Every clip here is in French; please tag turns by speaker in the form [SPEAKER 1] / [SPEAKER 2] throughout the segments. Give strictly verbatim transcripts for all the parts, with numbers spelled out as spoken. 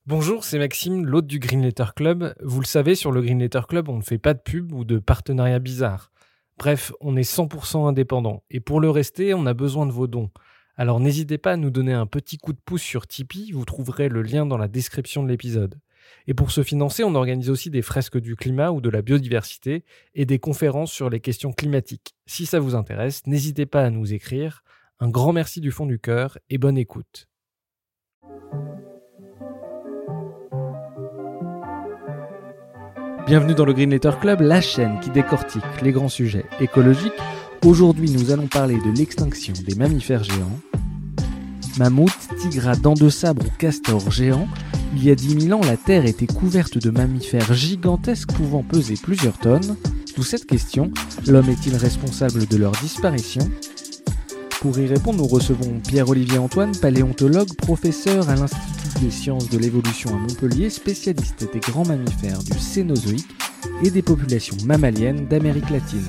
[SPEAKER 1] Bonjour, c'est Maxime, l'hôte du Green Letter Club. Vous le savez, sur le Green Letter Club, on ne fait pas de pub ou de partenariat bizarre. Bref, on est cent pour cent indépendant. Et pour le rester, on a besoin de vos dons. Alors n'hésitez pas à nous donner un petit coup de pouce sur Tipeee, vous trouverez le lien dans la description de l'épisode. Et pour se financer, on organise aussi des fresques du climat ou de la biodiversité et des conférences sur les questions climatiques. Si ça vous intéresse, n'hésitez pas à nous écrire. Un grand merci du fond du cœur et bonne écoute. Bienvenue dans le Green Letter Club, la chaîne qui décortique les grands sujets écologiques. Aujourd'hui, nous allons parler de l'extinction des mammifères géants. Mammouths, tigres à dents de sabre ou castors géants. Il y a dix mille ans, la Terre était couverte de mammifères gigantesques pouvant peser plusieurs tonnes. D'où cette question, l'homme est-il responsable de leur disparition ? Pour y répondre, nous recevons Pierre-Olivier Antoine, paléontologue, professeur à l'Institut des sciences de l'évolution à Montpellier, spécialiste des grands mammifères du Cénozoïque et des populations mammaliennes d'Amérique latine.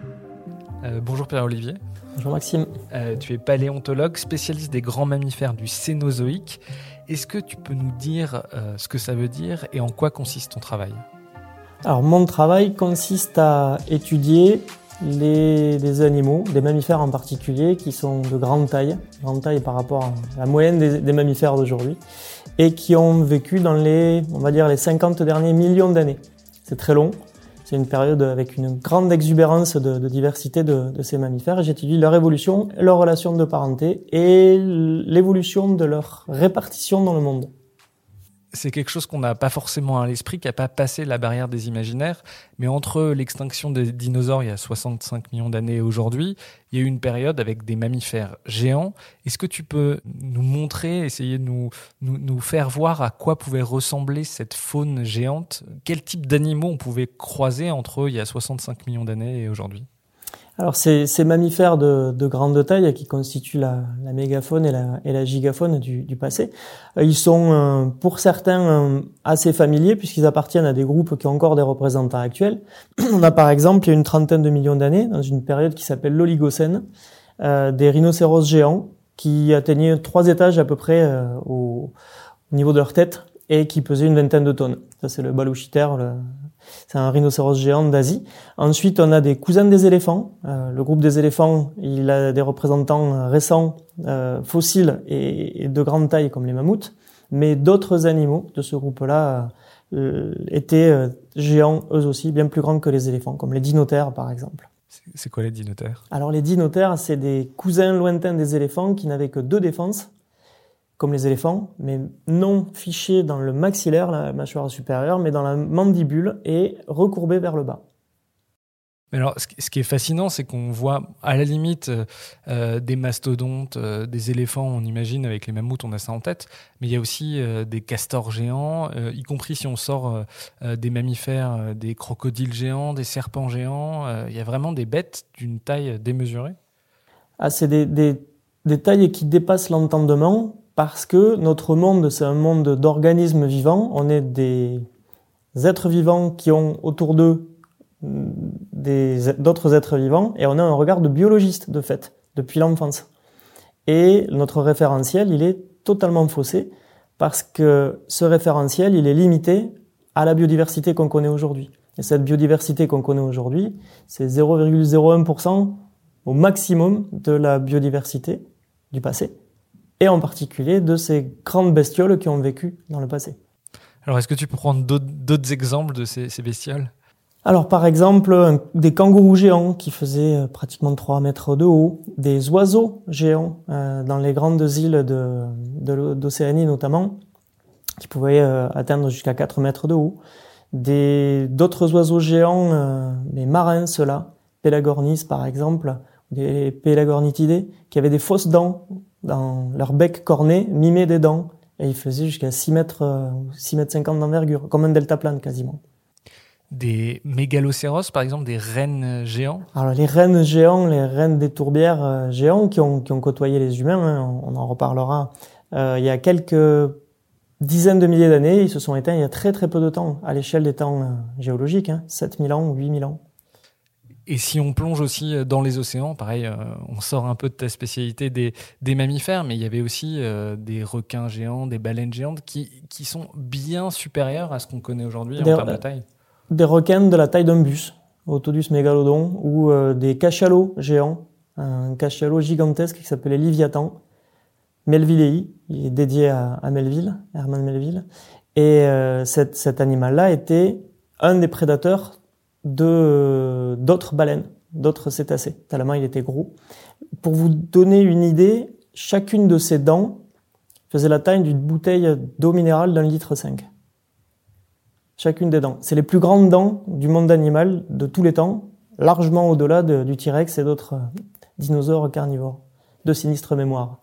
[SPEAKER 1] Euh, bonjour Pierre-Olivier.
[SPEAKER 2] Bonjour Maxime.
[SPEAKER 1] Euh, tu es paléontologue, spécialiste des grands mammifères du Cénozoïque. Est-ce que tu peux nous dire euh, ce que ça veut dire et en quoi consiste ton travail ?
[SPEAKER 2] Alors mon travail consiste à étudier les, des animaux, des mammifères en particulier, qui sont de grande taille, grande taille par rapport à la moyenne des, des mammifères d'aujourd'hui, et qui ont vécu dans les, on va dire, les cinquante derniers millions d'années. C'est très long, c'est une période avec une grande exubérance de, de diversité de, de ces mammifères, et j'étudie leur évolution, leur relation de parenté, et l'évolution de leur répartition dans le monde.
[SPEAKER 1] C'est quelque chose qu'on n'a pas forcément à l'esprit, qui n'a pas passé la barrière des imaginaires. Mais entre l'extinction des dinosaures il y a soixante-cinq millions d'années et aujourd'hui, il y a eu une période avec des mammifères géants. Est-ce que tu peux nous montrer, essayer de nous, nous, nous faire voir à quoi pouvait ressembler cette faune géante ? Quel type d'animaux on pouvait croiser entre il y a soixante-cinq millions d'années et aujourd'hui ?
[SPEAKER 2] Alors ces, ces mammifères de, de grande taille qui constituent la, la mégafaune et la, et la gigafaune du, du passé, ils sont euh, pour certains euh, assez familiers puisqu'ils appartiennent à des groupes qui ont encore des représentants actuels. On a par exemple, il y a une trentaine de millions d'années, dans une période qui s'appelle l'Oligocène, euh, des rhinocéros géants qui atteignaient trois étages à peu près euh, au, au niveau de leur tête et qui pesaient une vingtaine de tonnes. Ça c'est le Baluchithère, le c'est un rhinocéros géant d'Asie. Ensuite, on a des cousins des éléphants. Euh, le groupe des éléphants, il a des représentants récents, euh, fossiles et, et de grande taille comme les mammouths. Mais d'autres animaux de ce groupe-là euh, étaient euh, géants eux aussi, bien plus grands que les éléphants, comme les dinotères par exemple.
[SPEAKER 1] C'est, c'est quoi les dinotères ?
[SPEAKER 2] Alors les dinotères, c'est des cousins lointains des éléphants qui n'avaient que deux défenses, comme les éléphants, mais non fichés dans le maxillaire, la mâchoire supérieure, mais dans la mandibule et recourbés vers le bas.
[SPEAKER 1] Alors, ce qui est fascinant, c'est qu'on voit à la limite euh, des mastodontes, euh, des éléphants, on imagine, avec les mammouths, on a ça en tête, mais il y a aussi euh, des castors géants, euh, y compris si on sort euh, des mammifères, euh, des crocodiles géants, des serpents géants, euh, il y a vraiment des bêtes d'une taille démesurée.
[SPEAKER 2] Ah, c'est des, des, des tailles qui dépassent l'entendement, parce que notre monde, c'est un monde d'organismes vivants. On est des êtres vivants qui ont autour d'eux des, d'autres êtres vivants, et on a un regard de biologiste, de fait, depuis l'enfance. Et notre référentiel, il est totalement faussé, parce que ce référentiel, il est limité à la biodiversité qu'on connaît aujourd'hui. Et cette biodiversité qu'on connaît aujourd'hui, c'est zéro virgule zéro un pour cent au maximum de la biodiversité du passé, et en particulier de ces grandes bestioles qui ont vécu dans le passé.
[SPEAKER 1] Alors, est-ce que tu peux prendre d'autres, d'autres exemples de ces, ces bestioles ?
[SPEAKER 2] Alors, par exemple, un, des kangourous géants qui faisaient pratiquement trois mètres de haut, des oiseaux géants euh, dans les grandes îles de, de, d'Océanie notamment, qui pouvaient euh, atteindre jusqu'à quatre mètres de haut, des, d'autres oiseaux géants, euh, les marins, ceux-là, Pelagornis par exemple, des Pelagornithidae, qui avaient des fausses dents dans leur bec corné, mimé des dents, et ils faisaient jusqu'à six mètres, six mètres cinquante d'envergure, comme un deltaplane quasiment.
[SPEAKER 1] Des mégalocéros, par exemple, des rennes géants ?
[SPEAKER 2] Alors les rennes géants, les rennes des tourbières euh, géants qui ont, qui ont côtoyé les humains, hein, on, on en reparlera, euh, il y a quelques dizaines de milliers d'années, ils se sont éteints il y a très très peu de temps, à l'échelle des temps euh, géologiques, hein, sept mille ans ou huit mille ans.
[SPEAKER 1] Et si on plonge aussi dans les océans, pareil, euh, on sort un peu de ta spécialité des, des mammifères, mais il y avait aussi euh, des requins géants, des baleines géantes qui, qui sont bien supérieurs à ce qu'on connaît aujourd'hui
[SPEAKER 2] des,
[SPEAKER 1] en termes de taille.
[SPEAKER 2] Des requins de la taille d'un bus, Otodus mégalodon, ou euh, des cachalots géants, un cachalot gigantesque qui s'appelait Léviathan, Melvillei, il est dédié à, à Melville, Herman Melville. Et euh, cet, cet animal-là était un des prédateurs de d'autres baleines, d'autres cétacés, tellement il était gros. Pour vous donner une idée, chacune de ces dents faisait la taille d'une bouteille d'eau minérale d'un litre cinq. Chacune des dents. C'est les plus grandes dents du monde animal de tous les temps, largement au-delà de, du T-Rex et d'autres dinosaures carnivores de sinistre mémoire.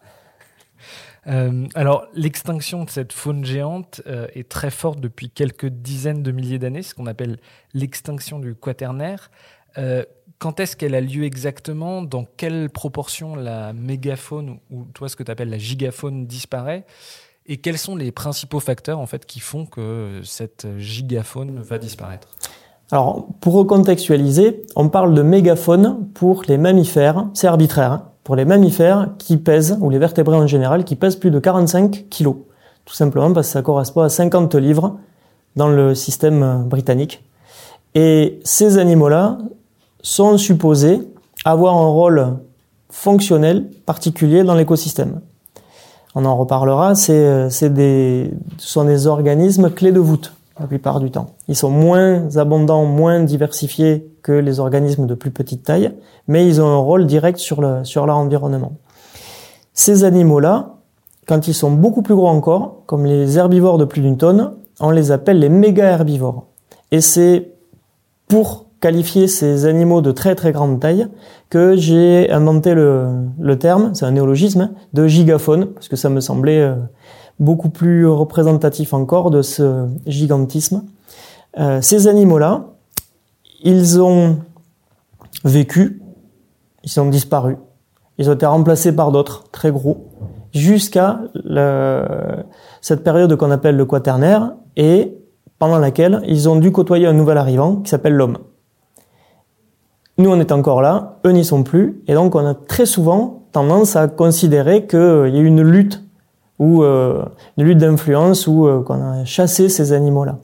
[SPEAKER 1] Euh, alors, l'extinction de cette faune géante euh, est très forte depuis quelques dizaines de milliers d'années, ce qu'on appelle l'extinction du quaternaire. Euh, quand est-ce qu'elle a lieu exactement? Dans quelle proportion la mégafaune, ou toi ce que tu appelles la gigafaune, disparaît? Et quels sont les principaux facteurs en fait, qui font que cette gigafaune va disparaître?
[SPEAKER 2] Alors, pour recontextualiser, on parle de mégafaune pour les mammifères, c'est arbitraire, hein, pour les mammifères qui pèsent, ou les vertébrés en général, qui pèsent plus de quarante-cinq kilos. Tout simplement parce que ça correspond à cinquante livres dans le système britannique. Et ces animaux-là sont supposés avoir un rôle fonctionnel particulier dans l'écosystème. On en reparlera, c'est, c'est des, ce sont des organismes clés de voûte la plupart du temps. Ils sont moins abondants, moins diversifiés que les organismes de plus petite taille, mais ils ont un rôle direct sur, le, sur leur environnement. Ces animaux-là, quand ils sont beaucoup plus gros encore, comme les herbivores de plus d'une tonne, on les appelle les méga-herbivores. Et c'est pour qualifier ces animaux de très très grande taille que j'ai inventé le, le terme, c'est un néologisme, de gigafaune, parce que ça me semblait euh, beaucoup plus représentatif encore de ce gigantisme. Euh, ces animaux-là, ils ont vécu, ils ont disparu, ils ont été remplacés par d'autres, très gros, jusqu'à le, cette période qu'on appelle le quaternaire, et pendant laquelle ils ont dû côtoyer un nouvel arrivant qui s'appelle l'homme. Nous, on est encore là, eux n'y sont plus, et donc on a très souvent tendance à considérer qu'il y a eu une lutte, ou euh, une lutte d'influence, ou euh, qu'on a chassé ces animaux-là.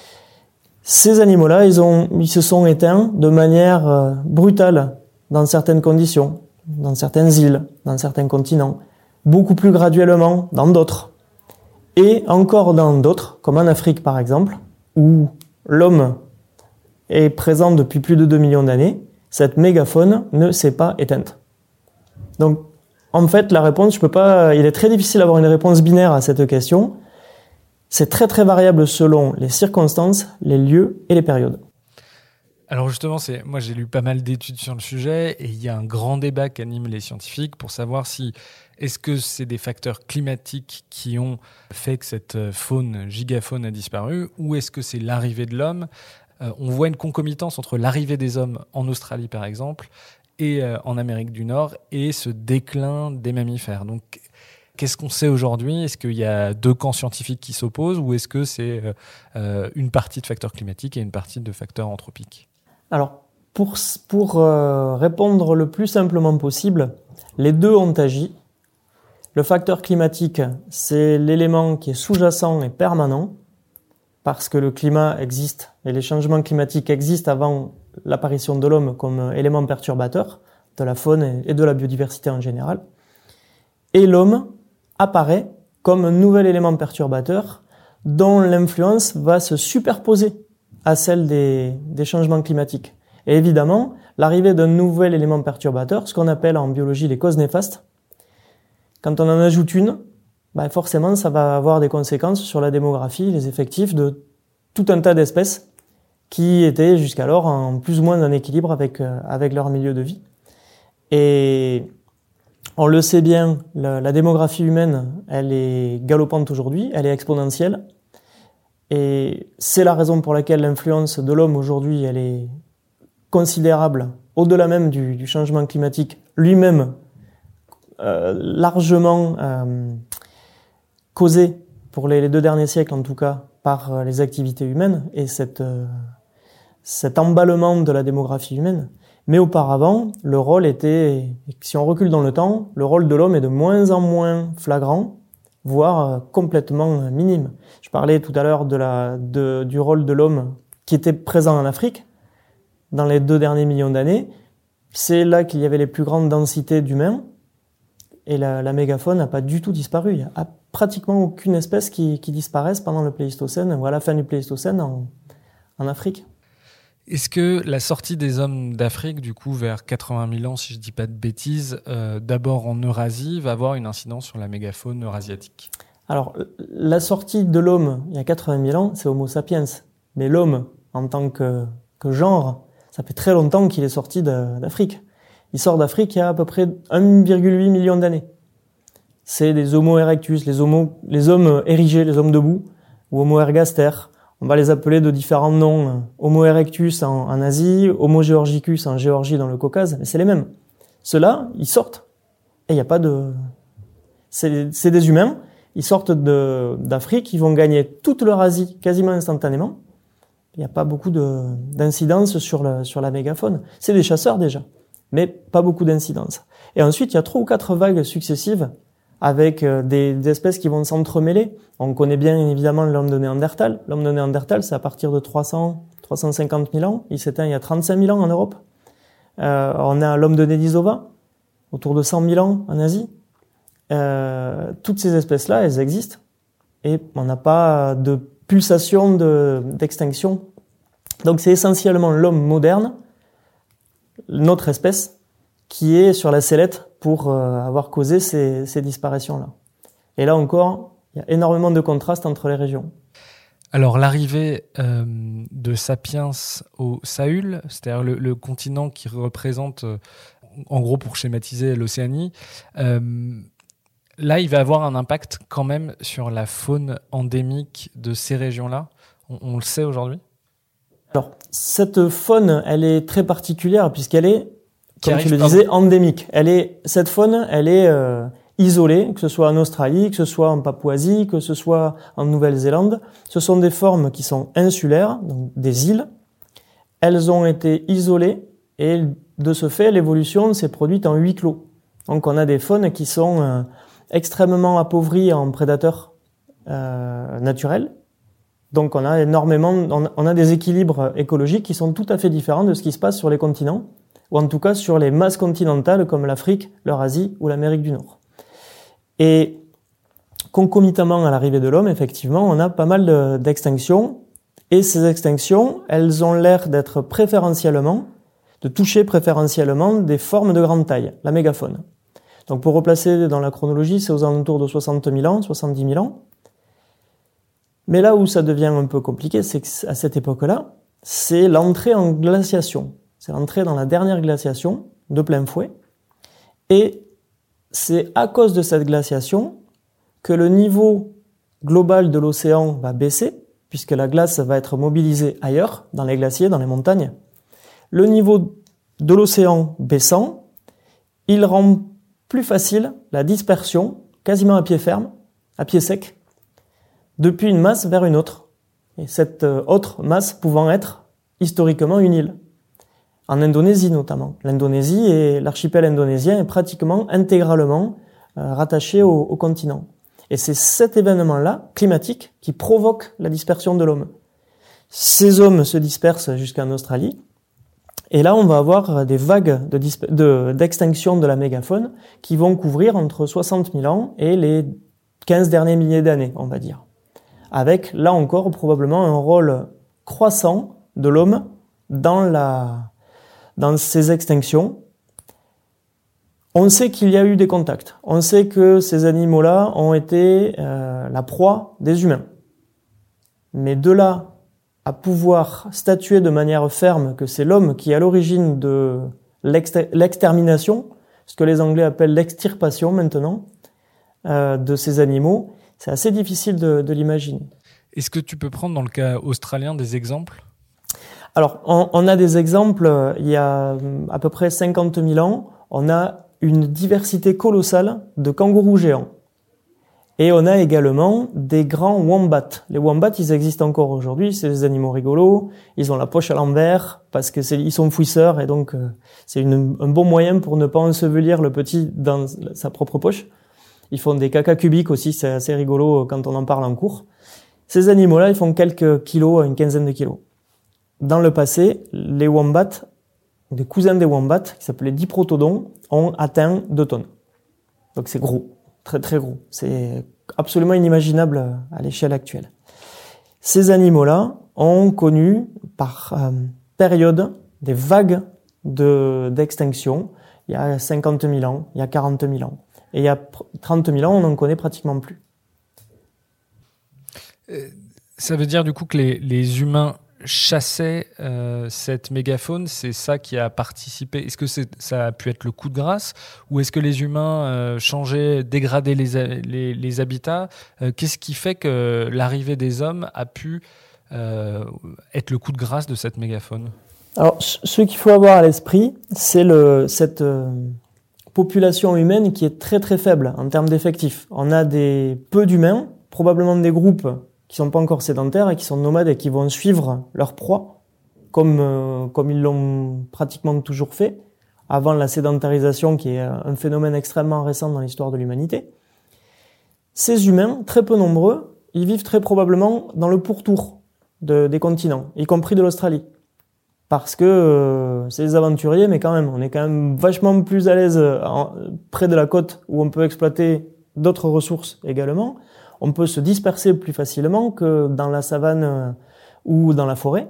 [SPEAKER 2] Ces animaux-là, ils, ont, ils se sont éteints de manière euh, brutale dans certaines conditions, dans certaines îles, dans certains continents, beaucoup plus graduellement dans d'autres, et encore dans d'autres, comme en Afrique par exemple, où l'homme est présent depuis plus de deux millions d'années, cette mégafaune ne s'est pas éteinte. Donc, en fait, la réponse, je peux pas, il est très difficile d'avoir une réponse binaire à cette question. C'est très très variable selon les circonstances, les lieux et les périodes.
[SPEAKER 1] Alors justement, c'est, moi j'ai lu pas mal d'études sur le sujet et il y a un grand débat qu'animent les scientifiques pour savoir si est-ce que c'est des facteurs climatiques qui ont fait que cette faune, gigafaune a disparu, ou est-ce que c'est l'arrivée de l'homme. Euh, on voit une concomitance entre l'arrivée des hommes en Australie par exemple et euh, en Amérique du Nord et ce déclin des mammifères. Donc qu'est-ce qu'on sait aujourd'hui? Est-ce qu'il y a deux camps scientifiques qui s'opposent ou est-ce que c'est euh, une partie de facteurs climatiques et une partie de facteurs anthropiques?
[SPEAKER 2] Alors, pour, pour euh, répondre le plus simplement possible, les deux ont agi. Le facteur climatique, c'est l'élément qui est sous-jacent et permanent, parce que le climat existe et les changements climatiques existent avant l'apparition de l'homme comme élément perturbateur de la faune et de la biodiversité en général. Et l'homme apparaît comme un nouvel élément perturbateur dont l'influence va se superposer à celle des, des changements climatiques. Et évidemment, l'arrivée d'un nouvel élément perturbateur, ce qu'on appelle en biologie les causes néfastes, quand on en ajoute une, bah forcément ça va avoir des conséquences sur la démographie, les effectifs de tout un tas d'espèces qui étaient jusqu'alors en plus ou moins en équilibre avec, euh, avec leur milieu de vie. Et on le sait bien, la, la démographie humaine, elle est galopante aujourd'hui, elle est exponentielle. Et c'est la raison pour laquelle l'influence de l'homme aujourd'hui, elle est considérable, au-delà même du, du changement climatique lui-même, euh, largement euh, causé, pour les, les deux derniers siècles en tout cas, par les activités humaines et cette, euh, cet emballement de la démographie humaine. Mais auparavant, le rôle était, si on recule dans le temps, le rôle de l'homme est de moins en moins flagrant, voire complètement minime. Je parlais tout à l'heure de la, de, du rôle de l'homme qui était présent en Afrique dans les deux derniers millions d'années. C'est là qu'il y avait les plus grandes densités d'humains et la, la mégafaune n'a pas du tout disparu. Il n'y a pratiquement aucune espèce qui, qui disparaisse pendant le Pléistocène ou à la fin du Pléistocène en, en Afrique.
[SPEAKER 1] Est-ce que la sortie des hommes d'Afrique, du coup, vers quatre-vingt mille ans, si je ne dis pas de bêtises, euh, d'abord en Eurasie, va avoir une incidence sur la mégafaune eurasiatique ? Alors,
[SPEAKER 2] la sortie de l'homme il y a quatre-vingt mille ans, c'est Homo sapiens. Mais l'homme, en tant que, que genre, ça fait très longtemps qu'il est sorti de, d'Afrique. Il sort d'Afrique il y a à peu près un virgule huit million d'années. C'est des Homo erectus, les, homo, les hommes érigés, les hommes debout, ou Homo ergaster. On va les appeler de différents noms. Homo erectus en, en Asie, Homo georgicus en Géorgie dans le Caucase, mais c'est les mêmes. Ceux-là, ils sortent. Et il n'y a pas de... C'est, c'est des humains, ils sortent de, d'Afrique, ils vont gagner toute leur Asie quasiment instantanément. Il n'y a pas beaucoup de, d'incidence sur, le, sur la mégafaune. C'est des chasseurs déjà, mais pas beaucoup d'incidence. Et ensuite, il y a trois ou quatre vagues successives avec des, des espèces qui vont s'entremêler. On connaît bien évidemment l'homme de Néandertal. L'homme de Néandertal, c'est à partir de trois cents, trois cent cinquante mille ans. Il s'éteint il y a trente-cinq mille ans en Europe. Euh, on a l'homme de Denisova, autour de cent mille ans en Asie. Euh, toutes ces espèces-là, elles existent. Et on n'a pas de pulsation de, d'extinction. Donc c'est essentiellement l'homme moderne, notre espèce, qui est sur la sellette pour euh, avoir causé ces, ces disparitions-là. Et là encore, il y a énormément de contrastes entre les régions.
[SPEAKER 1] Alors l'arrivée euh, de Sapiens au Sahul, c'est-à-dire le, le continent qui représente, euh, en gros pour schématiser l'Océanie, euh, là il va avoir un impact quand même sur la faune endémique de ces régions-là. On, on le sait aujourd'hui ?
[SPEAKER 2] Alors cette faune, elle est très particulière puisqu'elle est, comme
[SPEAKER 1] arrive,
[SPEAKER 2] tu le
[SPEAKER 1] pardon.
[SPEAKER 2] disais, endémique. Elle est, cette faune, elle est euh, isolée, que ce soit en Australie, que ce soit en Papouasie, que ce soit en Nouvelle-Zélande. Ce sont des formes qui sont insulaires, donc des îles. Elles ont été isolées et de ce fait, l'évolution s'est produite en huis clos. Donc on a des faunes qui sont euh, extrêmement appauvries en prédateurs euh, naturels. Donc on a énormément, on a, on a des équilibres écologiques qui sont tout à fait différents de ce qui se passe sur les continents, ou en tout cas sur les masses continentales comme l'Afrique, l'Eurasie ou l'Amérique du Nord. Et concomitamment à l'arrivée de l'homme, effectivement, on a pas mal de, d'extinctions, et ces extinctions, elles ont l'air d'être préférentiellement, de toucher préférentiellement des formes de grande taille, la mégafaune. Donc pour replacer dans la chronologie, c'est aux alentours de soixante mille ans, soixante-dix mille ans. Mais là où ça devient un peu compliqué, c'est qu'à cette époque-là, c'est l'entrée en glaciation. C'est l'entrée dans la dernière glaciation, de plein fouet. Et c'est à cause de cette glaciation que le niveau global de l'océan va baisser, puisque la glace va être mobilisée ailleurs, dans les glaciers, dans les montagnes. Le niveau de l'océan baissant, il rend plus facile la dispersion, quasiment à pied ferme, à pied sec, depuis une masse vers une autre. Et cette autre masse pouvant être historiquement une île. En Indonésie notamment. L'Indonésie et l'archipel indonésien est pratiquement intégralement euh, rattaché au, au continent. Et c'est cet événement-là, climatique, qui provoque la dispersion de l'homme. Ces hommes se dispersent jusqu'en Australie. Et là, on va avoir des vagues de disp- de, d'extinction de la mégafaune qui vont couvrir entre soixante mille ans et les quinze derniers milliers d'années, on va dire. Avec, là encore, probablement un rôle croissant de l'homme dans la, dans ces extinctions. On sait qu'il y a eu des contacts. On sait que ces animaux-là ont été euh, la proie des humains. Mais de là à pouvoir statuer de manière ferme que c'est l'homme qui est à l'origine de l'exter- l'extermination, ce que les Anglais appellent l'extirpation maintenant, euh, de ces animaux, c'est assez difficile de, de l'imaginer.
[SPEAKER 1] Est-ce que tu peux prendre dans le cas australien des exemples ?
[SPEAKER 2] Alors, on, on a des exemples, il y a à peu près cinquante mille ans, on a une diversité colossale de kangourous géants. Et on a également des grands wombats. Les wombats, ils existent encore aujourd'hui. C'est des animaux rigolos. Ils ont la poche à l'envers parce que c'est, ils sont fouisseurs et donc euh, c'est une, un bon moyen pour ne pas ensevelir le petit dans sa propre poche. Ils font des caca cubiques aussi. C'est assez rigolo quand on en parle en cours. Ces animaux-là, ils font quelques kilos, une quinzaine de kilos. Dans le passé, les wombats, des cousins des wombats, qui s'appelaient diprotodons, ont atteint deux tonnes. Donc c'est gros. Très très gros. C'est absolument inimaginable à l'échelle actuelle. Ces animaux-là ont connu par euh, période des vagues de, d'extinction. Il y a cinquante mille ans, il y a quarante mille ans. Et il y a trente mille ans, on n'en connaît pratiquement plus.
[SPEAKER 1] Ça veut dire du coup que les, les humains chassaient euh, cette mégafaune, c'est ça qui a participé. Est-ce que c'est, ça a pu être le coup de grâce ou est-ce que les humains euh, changeaient, dégradaient les, les, les habitats euh, Qu'est-ce qui fait que l'arrivée des hommes a pu euh, être le coup de grâce de cette mégafaune?
[SPEAKER 2] Alors, ce qu'il faut avoir à l'esprit, c'est le, cette euh, population humaine qui est très très faible en termes d'effectifs. On a des peu d'humains, probablement des groupes qui sont pas encore sédentaires et qui sont nomades et qui vont suivre leur proie, comme euh, comme ils l'ont pratiquement toujours fait, avant la sédentarisation qui est un phénomène extrêmement récent dans l'histoire de l'humanité. Ces humains, très peu nombreux, ils vivent très probablement dans le pourtour de, des continents, y compris de l'Australie. Parce que euh, c'est des aventuriers, mais quand même, on est quand même vachement plus à l'aise en, près de la côte où on peut exploiter d'autres ressources également. On peut se disperser plus facilement que dans la savane euh, ou dans la forêt.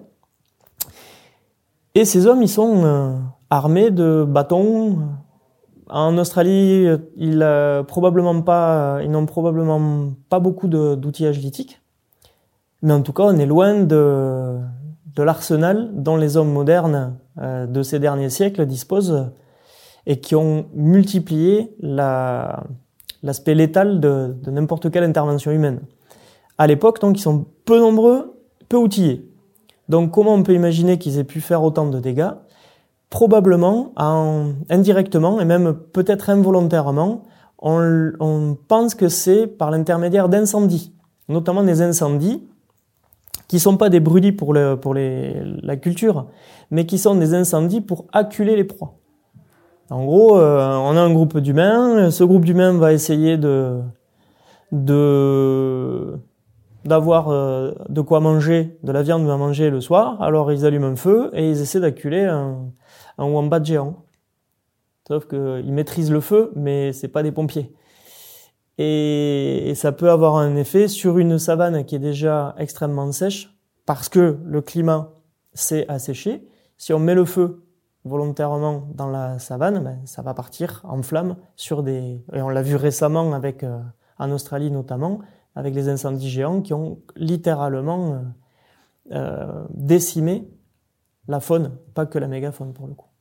[SPEAKER 2] Et ces hommes, ils sont euh, armés de bâtons. En Australie, ils, euh, probablement pas, ils n'ont probablement pas beaucoup de, d'outillage lithique. Mais en tout cas, on est loin de, de l'arsenal dont les hommes modernes euh, de ces derniers siècles disposent et qui ont multiplié la... l'aspect létal de, de n'importe quelle intervention humaine. À l'époque, donc, ils sont peu nombreux, peu outillés. Donc, comment on peut imaginer qu'ils aient pu faire autant de dégâts? Probablement, en, indirectement, et même peut-être involontairement, on, on pense que c'est par l'intermédiaire d'incendies, notamment des incendies qui sont pas des brûlis pour, le, pour les, la culture, mais qui sont des incendies pour acculer les proies. En gros, euh, on a un groupe d'humains. Ce groupe d'humains va essayer de, de, d'avoir euh, de quoi manger, de la viande à manger le soir. Alors ils allument un feu et ils essaient d'acculer un, un wombat géant. Sauf qu'ils maîtrisent le feu, mais c'est pas des pompiers. Et, et ça peut avoir un effet sur une savane qui est déjà extrêmement sèche parce que le climat s'est asséché. Si on met le feu volontairement dans la savane, ben, ça va partir en flammes sur des... Et on l'a vu récemment avec, euh, en Australie notamment, avec les incendies géants qui ont littéralement euh, euh, décimé la faune, pas que la mégafaune pour le coup.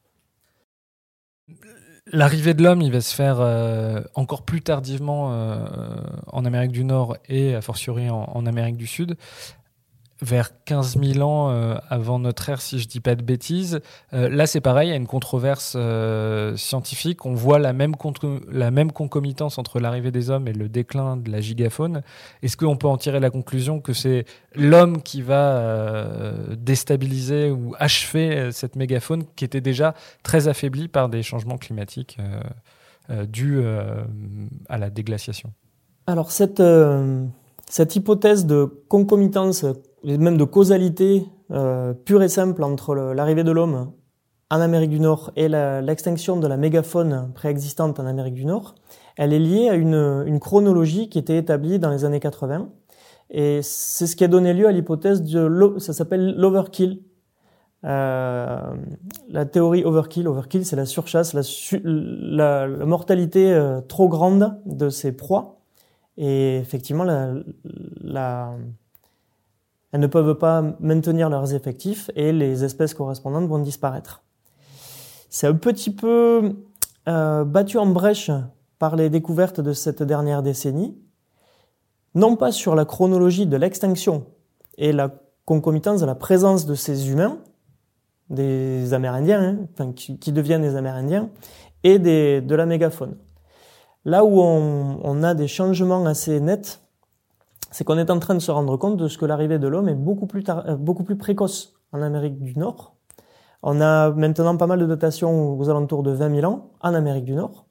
[SPEAKER 1] L'arrivée de l'homme, il va se faire euh, encore plus tardivement euh, en Amérique du Nord et a fortiori en, en Amérique du Sud. Vers quinze mille ans euh, avant notre ère, si je dis pas de bêtises. Euh, là, c'est pareil, il y a une controverse euh, scientifique. On voit la même, contre- la même concomitance entre l'arrivée des hommes et le déclin de la gigafaune. Est-ce qu'on peut en tirer la conclusion que c'est l'homme qui va euh, déstabiliser ou achever cette mégafaune qui était déjà très affaiblie par des changements climatiques euh, euh, dus euh, à la déglaciation?
[SPEAKER 2] Alors, cette, euh, cette hypothèse de concomitance, même de causalité euh, pure et simple entre le, l'arrivée de l'homme en Amérique du Nord et la, l'extinction de la mégafaune préexistante en Amérique du Nord, elle est liée à une, une chronologie qui était établie dans les années quatre-vingts. Et c'est ce qui a donné lieu à l'hypothèse de, ça s'appelle l'overkill. Euh, la théorie overkill, overkill, c'est la surchasse, la, la, la mortalité euh, trop grande de ces proies. Et effectivement, la, la elles ne peuvent pas maintenir leurs effectifs et les espèces correspondantes vont disparaître. C'est un petit peu euh, battu en brèche par les découvertes de cette dernière décennie, non pas sur la chronologie de l'extinction et la concomitance de la présence de ces humains, des Amérindiens, hein, enfin, qui, qui deviennent des Amérindiens, et des, de la mégafaune. Là où on, on a des changements assez nets, c'est qu'on est en train de se rendre compte de ce que l'arrivée de l'homme est beaucoup plus, tar- euh, beaucoup plus précoce en Amérique du Nord. On a maintenant pas mal de datations aux alentours de vingt mille ans en Amérique du Nord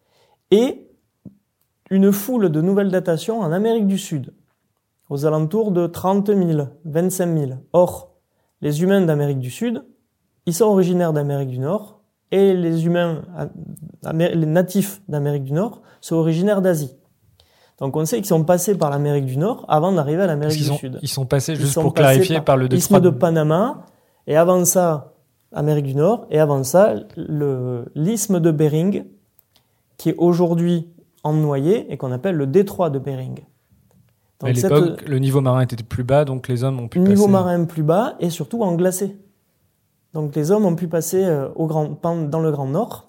[SPEAKER 2] et une foule de nouvelles datations en Amérique du Sud, aux alentours de trente mille, vingt-cinq mille. Or, les humains d'Amérique du Sud, ils sont originaires d'Amérique du Nord et les humains, les natifs d'Amérique du Nord sont originaires d'Asie. Donc on sait qu'ils sont passés par l'Amérique du Nord avant d'arriver à l'Amérique du
[SPEAKER 1] sont,
[SPEAKER 2] Sud.
[SPEAKER 1] Ils sont passés,
[SPEAKER 2] ils
[SPEAKER 1] juste
[SPEAKER 2] sont
[SPEAKER 1] pour
[SPEAKER 2] passés
[SPEAKER 1] clarifier,
[SPEAKER 2] par,
[SPEAKER 1] par le
[SPEAKER 2] détroit
[SPEAKER 1] détroit
[SPEAKER 2] de Panama, et avant ça, Amérique du Nord, et avant ça, le, l'isthme de Bering, qui est aujourd'hui ennoyé et qu'on appelle le détroit de Bering.
[SPEAKER 1] Donc à l'époque, cette, le niveau marin était plus bas, donc les hommes ont pu
[SPEAKER 2] niveau
[SPEAKER 1] passer...
[SPEAKER 2] Niveau marin plus bas et surtout en glacé. Donc les hommes ont pu passer au grand, dans le Grand Nord.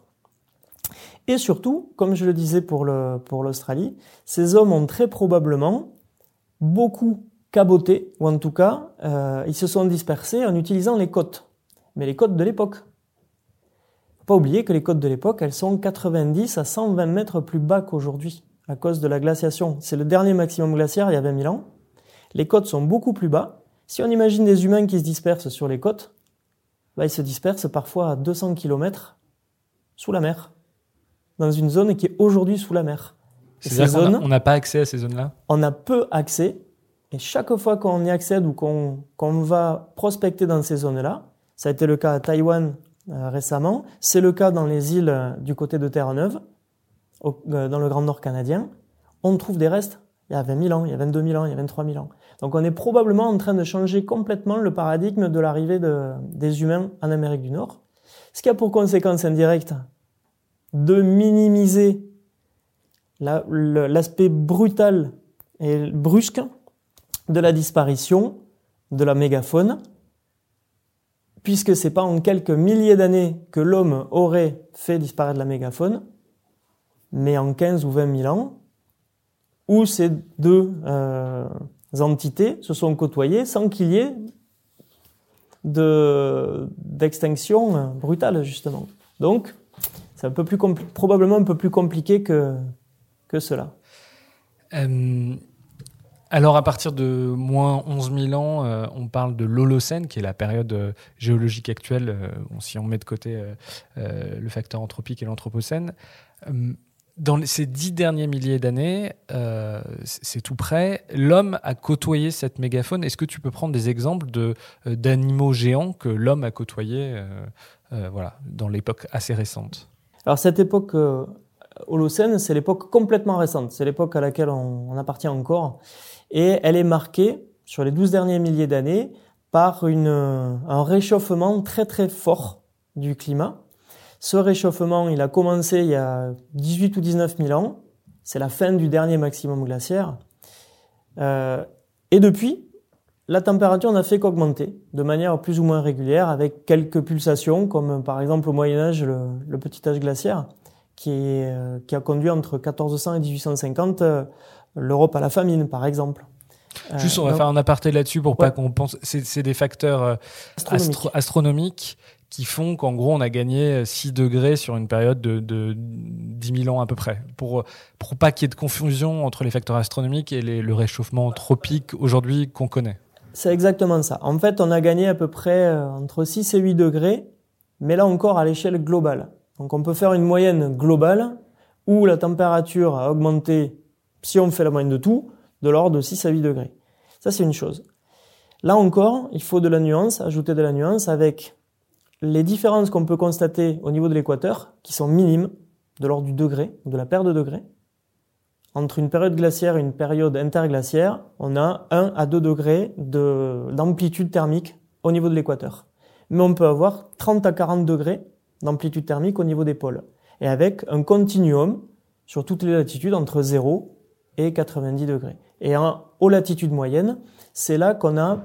[SPEAKER 2] Et surtout, comme je le disais pour, le, pour l'Australie, ces hommes ont très probablement beaucoup caboté, ou en tout cas, euh, ils se sont dispersés en utilisant les côtes. Mais les côtes de l'époque. Faut pas oublier que les côtes de l'époque, elles sont quatre-vingt-dix à cent vingt mètres plus bas qu'aujourd'hui, à cause de la glaciation. C'est le dernier maximum glaciaire il y a vingt mille ans. Les côtes sont beaucoup plus bas. Si on imagine des humains qui se dispersent sur les côtes, bah, ils se dispersent parfois à deux cents kilomètres sous la mer, dans une zone qui est aujourd'hui sous la mer.
[SPEAKER 1] C'est-à-dire qu'on zones, on n'a pas accès à ces zones-là ?
[SPEAKER 2] On a peu accès, et chaque fois qu'on y accède ou qu'on, qu'on va prospecter dans ces zones-là, ça a été le cas à Taïwan euh, récemment, c'est le cas dans les îles euh, du côté de Terre-Neuve, au, euh, dans le Grand Nord canadien, on trouve des restes il y a vingt mille ans, il y a vingt-deux mille ans, il y a vingt-trois mille ans. Donc on est probablement en train de changer complètement le paradigme de l'arrivée de, des humains en Amérique du Nord, ce qui a pour conséquence indirecte de minimiser la, le, l'aspect brutal et brusque de la disparition de la mégafaune, puisque c'est pas en quelques milliers d'années que l'homme aurait fait disparaître la mégafaune, mais en quinze ou vingt mille ans, où ces deux euh, entités se sont côtoyées sans qu'il y ait de, d'extinction brutale, justement. Donc, c'est un peu plus compli- probablement un peu plus compliqué que, que cela.
[SPEAKER 1] Euh, alors, à partir de moins onze mille ans, euh, on parle de l'Holocène, qui est la période euh, géologique actuelle, euh, si on met de côté euh, euh, le facteur anthropique et l'Anthropocène. Euh, dans ces dix derniers milliers d'années, euh, c'est, c'est tout près, l'homme a côtoyé cette mégafaune. Est-ce que tu peux prendre des exemples de, euh, d'animaux géants que l'homme a côtoyés euh, euh, voilà, dans l'époque assez récente ?
[SPEAKER 2] Alors, cette époque euh, Holocène, c'est l'époque complètement récente. C'est l'époque à laquelle on, on appartient encore. Et elle est marquée, sur les douze derniers milliers d'années, par une, un réchauffement très très fort du climat. Ce réchauffement, il a commencé il y a dix-huit ou dix-neuf mille ans. C'est la fin du dernier maximum glaciaire. Euh, et depuis, la température n'a fait qu'augmenter de manière plus ou moins régulière, avec quelques pulsations, comme par exemple au Moyen-Âge, le, le petit âge glaciaire, qui, est, euh, qui a conduit entre quatorze cents et dix-huit cent cinquante euh, l'Europe à la famine, par exemple.
[SPEAKER 1] Juste, on va euh, faire un aparté là-dessus pour ouais. pas qu'on pense... C'est, c'est des facteurs euh,
[SPEAKER 2] astronomiques.
[SPEAKER 1] Astro- astronomiques qui font qu'en gros, on a gagné six degrés sur une période de, de dix mille ans à peu près. Pour, pour pas qu'il y ait de confusion entre les facteurs astronomiques et les, le réchauffement tropique aujourd'hui qu'on connaît.
[SPEAKER 2] C'est exactement ça. En fait, on a gagné à peu près entre six et huit degrés, mais là encore à l'échelle globale. Donc on peut faire une moyenne globale où la température a augmenté, si on fait la moyenne de tout, de l'ordre de six à huit degrés. Ça, c'est une chose. Là encore, il faut de la nuance, ajouter de la nuance avec les différences qu'on peut constater au niveau de l'équateur, qui sont minimes, de l'ordre du degré, de la paire de degrés. Entre une période glaciaire et une période interglaciaire, on a un à deux degrés de, d'amplitude thermique au niveau de l'équateur. Mais on peut avoir trente à quarante degrés d'amplitude thermique au niveau des pôles. Et avec un continuum sur toutes les latitudes entre zéro et quatre-vingt-dix degrés. Et en, aux latitudes moyennes, c'est là qu'on a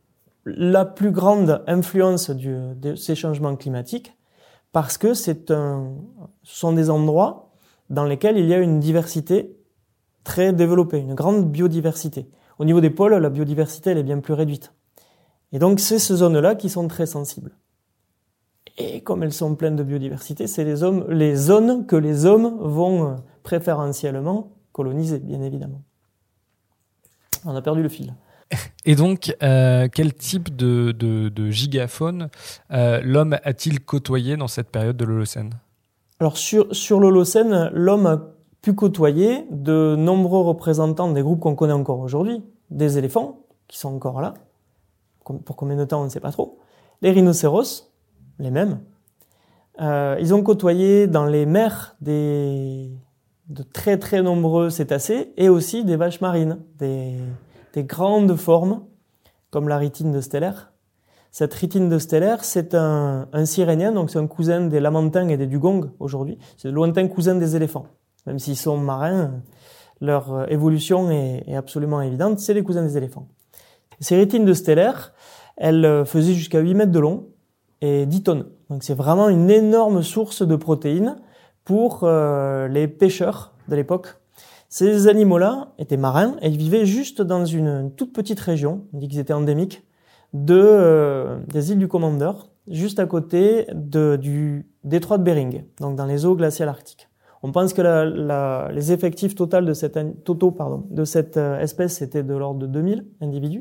[SPEAKER 2] la plus grande influence du, de ces changements climatiques, parce que c'est un, ce sont des endroits dans lesquels il y a une diversité très développée, une grande biodiversité. Au niveau des pôles, la biodiversité elle est bien plus réduite. Et donc c'est ces zones-là qui sont très sensibles. Et comme elles sont pleines de biodiversité, c'est les, hommes, les zones que les hommes vont préférentiellement colonisés, bien évidemment. On a perdu le fil.
[SPEAKER 1] Et donc, euh, quel type de, de, de gigafaune euh, l'homme a-t-il côtoyé dans cette période de l'Holocène ?
[SPEAKER 2] Alors sur, sur l'Holocène, l'homme a pu côtoyer de nombreux représentants des groupes qu'on connaît encore aujourd'hui, des éléphants, qui sont encore là, pour combien de temps on ne sait pas trop, les rhinocéros, les mêmes. Euh, ils ont côtoyé dans les mers des, de très très nombreux cétacés et aussi des vaches marines, des, des grandes formes comme la rhytine de Steller. Cette rhytine de Steller, c'est un, un sirénien, donc c'est un cousin des lamantins et des dugongs aujourd'hui. C'est le lointain cousin des éléphants. Même s'ils sont marins, leur évolution est, est absolument évidente, c'est les cousins des éléphants. Ces rhytines de Steller, elles faisaient jusqu'à huit mètres de long et dix tonnes. Donc c'est vraiment une énorme source de protéines pour euh, les pêcheurs de l'époque. Ces animaux-là étaient marins et ils vivaient juste dans une, une toute petite région, on dit qu'ils étaient endémiques, de, euh, des îles du Commandeur, juste à côté de, du détroit de Bering, donc dans les eaux glaciales arctiques. On pense que la, la, les effectifs totaux de cette, totaux, pardon, de cette euh, espèce étaient de l'ordre de deux mille individus.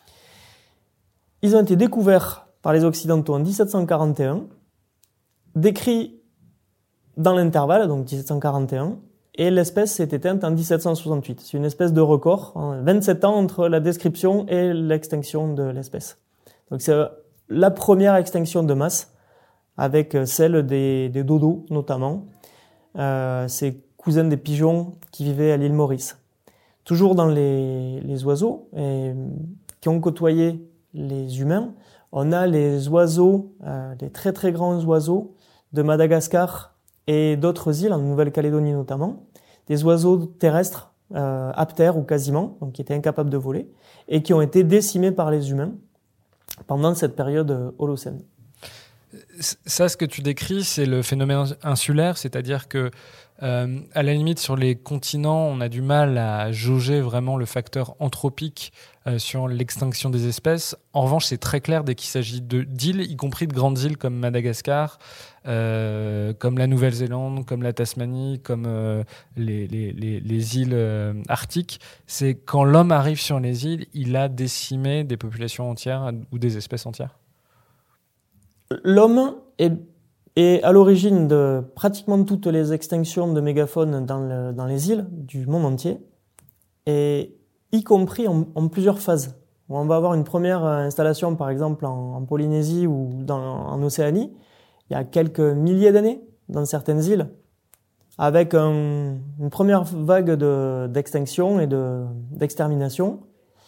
[SPEAKER 2] Ils ont été découverts par les Occidentaux en dix-sept cent quarante et un, décrits dans l'intervalle, donc dix-sept cent quarante et un, et l'espèce s'est éteinte en dix-sept cent soixante-huit. C'est une espèce de record, hein, vingt-sept ans entre la description et l'extinction de l'espèce. Donc c'est la première extinction de masse, avec celle des, des dodos notamment, euh, ces cousins des pigeons qui vivaient à l'île Maurice. Toujours dans les, les oiseaux et, qui ont côtoyé les humains, on a les oiseaux, euh, les très très grands oiseaux de Madagascar et d'autres îles, en Nouvelle-Calédonie notamment, des oiseaux terrestres, euh, aptères ou quasiment, donc qui étaient incapables de voler, et qui ont été décimés par les humains pendant cette période holocène.
[SPEAKER 1] Ça, ce que tu décris, c'est le phénomène insulaire, c'est-à-dire que, euh, à la limite, sur les continents, on a du mal à jauger vraiment le facteur anthropique euh, sur l'extinction des espèces. En revanche, c'est très clair dès qu'il s'agit de, d'îles, y compris de grandes îles comme Madagascar, euh, comme la Nouvelle-Zélande, comme la Tasmanie, comme euh, les, les, les, les îles euh, arctiques. C'est quand l'homme arrive sur les îles, il a décimé des populations entières ou des espèces entières.
[SPEAKER 2] L'homme est, est à l'origine de pratiquement toutes les extinctions de mégafaune dans, le, dans les îles du monde entier, et y compris en, en plusieurs phases. On va avoir une première installation, par exemple, en, en Polynésie ou dans, en Océanie, il y a quelques milliers d'années, dans certaines îles, avec un, une première vague de, d'extinction et de, d'extermination.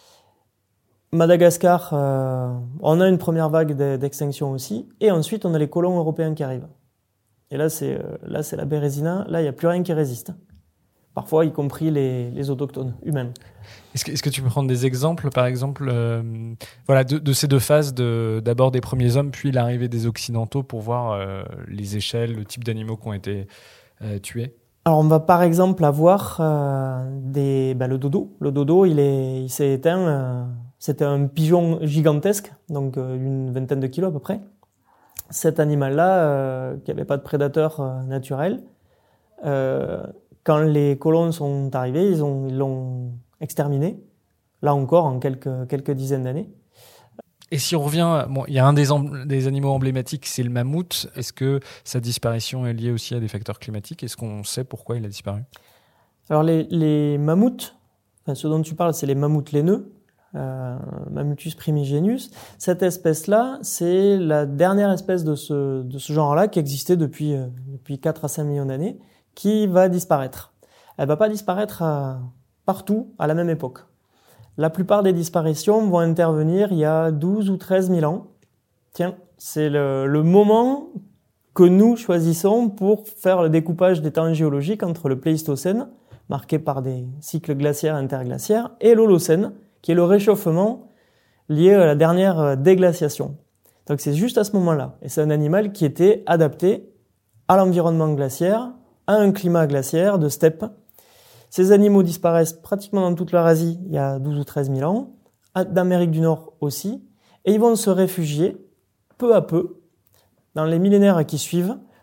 [SPEAKER 2] Madagascar, euh, on a une première vague d'extinction aussi, et ensuite on a les colons européens qui arrivent. Et là c'est euh, là c'est la Bérésina, là il n'y a plus rien qui résiste. Parfois y compris les, les autochtones humains.
[SPEAKER 1] Est-ce que, est-ce que tu peux prendre des exemples, par exemple, euh, voilà, de, de ces deux phases, de, d'abord des premiers hommes, puis l'arrivée des Occidentaux, pour voir euh, les échelles, le type d'animaux qui ont été euh, tués?
[SPEAKER 2] Alors on va par exemple avoir euh, des, bah, le dodo. Le dodo, il est, il s'est éteint. Euh, c'était un pigeon gigantesque, donc euh, une vingtaine de kilos à peu près. Cet animal-là, euh, qui n'avait pas de prédateur euh, naturel, euh, quand les colons sont arrivés, ils ont, ils l'ont exterminé. Là encore, en quelques quelques dizaines d'années.
[SPEAKER 1] Et si on revient, bon, il y a un des, em- des animaux emblématiques, c'est le mammouth. Est-ce que sa disparition est liée aussi à des facteurs climatiques? Est-ce qu'on sait pourquoi il a disparu?
[SPEAKER 2] Alors les, les mammouths, enfin ceux dont tu parles, c'est les mammouths laineux, euh, Mammuthus primigenius. Cette espèce-là, c'est la dernière espèce de ce, de ce genre-là qui existait depuis, euh, depuis quatre à cinq millions d'années, qui va disparaître. Elle va pas disparaître à, partout à la même époque. La plupart des disparitions vont intervenir il y a douze ou treize mille ans. Tiens, c'est le, le moment que nous choisissons pour faire le découpage des temps géologiques entre le Pléistocène, marqué par des cycles glaciaires et interglaciaires, et l'Holocène, qui est le réchauffement lié à la dernière déglaciation. Donc c'est juste à ce moment-là. Et c'est un animal qui était adapté à l'environnement glaciaire, à un climat glaciaire de steppe. Ces animaux disparaissent pratiquement dans toute l'Eurasie il y a douze ou treize mille ans, d'Amérique du Nord aussi, et ils vont se réfugier peu à peu, dans les millénaires qui suivent,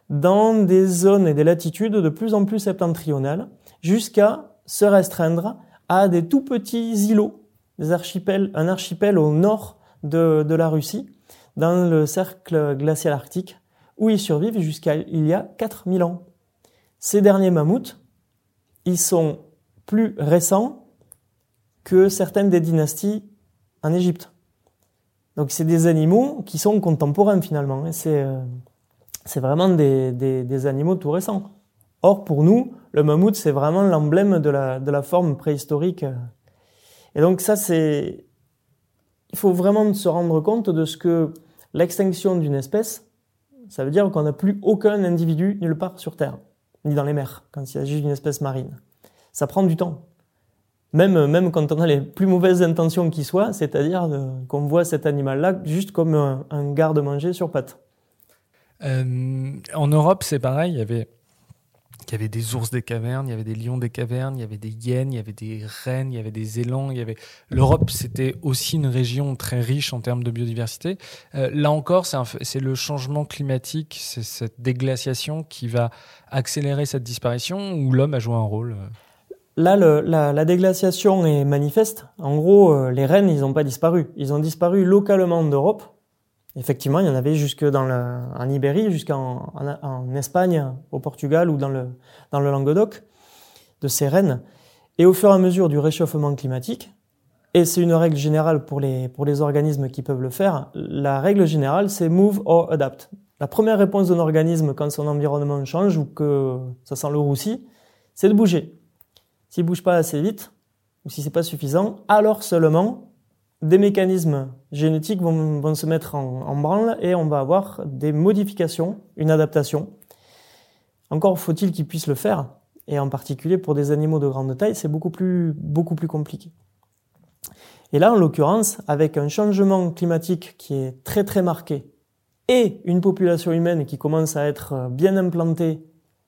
[SPEAKER 2] dans des zones et des latitudes de plus en plus septentrionales, jusqu'à se restreindre à des tout petits îlots, des archipels, un archipel au nord de, de la Russie, dans le cercle glacial arctique, où ils survivent jusqu'à il y a quatre mille ans. Ces derniers mammouths, ils sont plus récents que certaines des dynasties en Égypte. Donc c'est des animaux qui sont contemporains finalement. C'est, euh, c'est vraiment des, des, des animaux tout récents. Or pour nous, le mammouth c'est vraiment l'emblème de la, de la forme préhistorique. Et donc ça c'est... Il faut vraiment se rendre compte de ce que l'extinction d'une espèce, ça veut dire qu'on n'a plus aucun individu nulle part sur Terre, ni dans les mers, quand il s'agit d'une espèce marine. Ça prend du temps. Même, même quand on a les plus mauvaises intentions qui soient, c'est-à-dire de, qu'on voit cet animal-là juste comme un, un garde-manger sur pattes.
[SPEAKER 1] Euh, en Europe, c'est pareil, il y avait... Il y avait des ours des cavernes, il y avait des lions des cavernes, il y avait des hyènes, il y avait des rennes, il y avait des élans. Il y avait... L'Europe, c'était aussi une région très riche en termes de biodiversité. Euh, là encore, c'est, un... c'est le changement climatique, c'est cette déglaciation qui va accélérer cette disparition ou l'homme a joué un rôle?
[SPEAKER 2] Là, le, la, la déglaciation est manifeste. En gros, euh, les rennes, ils n'ont pas disparu. Ils ont disparu localement d'Europe. Effectivement, il y en avait jusque dans le, en Ibérie, jusqu'en en, en Espagne, au Portugal ou dans le, dans le Languedoc, de ces rennes. Et au fur et à mesure du réchauffement climatique, et c'est une règle générale pour les, pour les organismes qui peuvent le faire, la règle générale, c'est move or adapt. La première réponse d'un organisme quand son environnement change ou que ça sent le roussi, c'est de bouger. S'il ne bouge pas assez vite, ou si c'est pas suffisant, alors seulement des mécanismes génétiques vont, vont se mettre en, en branle et on va avoir des modifications, une adaptation. Encore faut-il qu'ils puissent le faire, et en particulier pour des animaux de grande taille, c'est beaucoup plus, beaucoup plus compliqué. Et là, en l'occurrence, avec un changement climatique qui est très très marqué et une population humaine qui commence à être bien implantée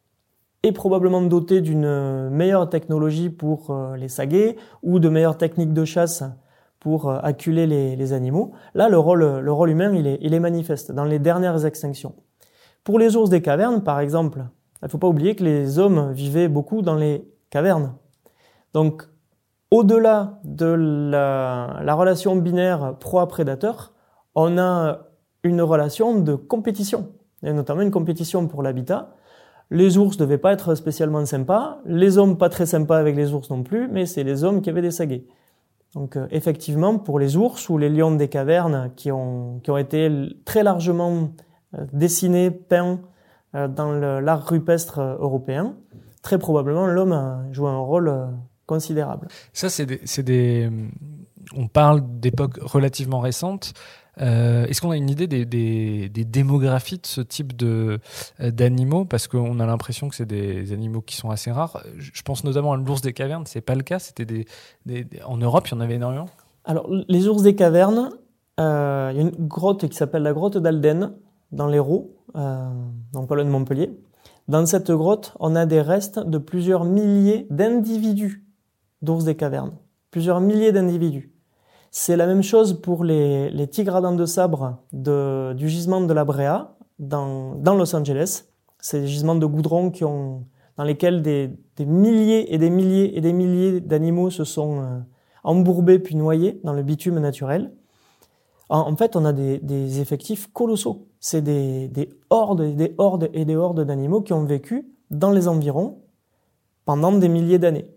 [SPEAKER 2] et probablement dotée d'une meilleure technologie pour les saguer ou de meilleures techniques de chasse pour acculer les, les animaux. Là, le rôle, le rôle humain, il est, il est manifeste dans les dernières extinctions. Pour les ours des cavernes, par exemple, il ne faut pas oublier que les hommes vivaient beaucoup dans les cavernes. Donc, au-delà de la, la relation binaire proie-prédateur, on a une relation de compétition, et notamment une compétition pour l'habitat. Les ours ne devaient pas être spécialement sympas, les hommes pas très sympas avec les ours non plus, mais c'est les hommes qui avaient des saguets. Donc euh, effectivement, pour les ours ou les lions des cavernes qui ont, qui ont été très largement euh, dessinés, peints euh, dans le, l'art rupestre euh, européen, très probablement l'homme a joué un rôle euh, considérable.
[SPEAKER 1] Ça, c'est des, c'est des... On parle d'époques relativement récentes. Euh, est-ce qu'on a une idée des, des, des démographies de ce type de, d'animaux? Parce qu'on a l'impression que c'est des animaux qui sont assez rares. Je pense notamment à l'ours des cavernes, c'est pas le cas. C'était des, des, des... En Europe, il y en avait énormément.
[SPEAKER 2] Alors, les ours des cavernes, euh, il y a une grotte qui s'appelle la grotte d'Alden, dans l'Hérault, euh, donc pas loin de Montpellier. Dans cette grotte, on a des restes de plusieurs milliers d'individus d'ours des cavernes. Plusieurs milliers d'individus. C'est la même chose pour les, les tigres à dents de sabre de, du gisement de la Brea dans, dans Los Angeles. C'est des gisements de goudron qui ont, dans lesquels des, des milliers et des milliers et des milliers d'animaux se sont euh, embourbés puis noyés dans le bitume naturel. En, en fait, on a des, des effectifs colossaux. C'est des, des hordes et des hordes et des hordes d'animaux qui ont vécu dans les environs pendant des milliers d'années.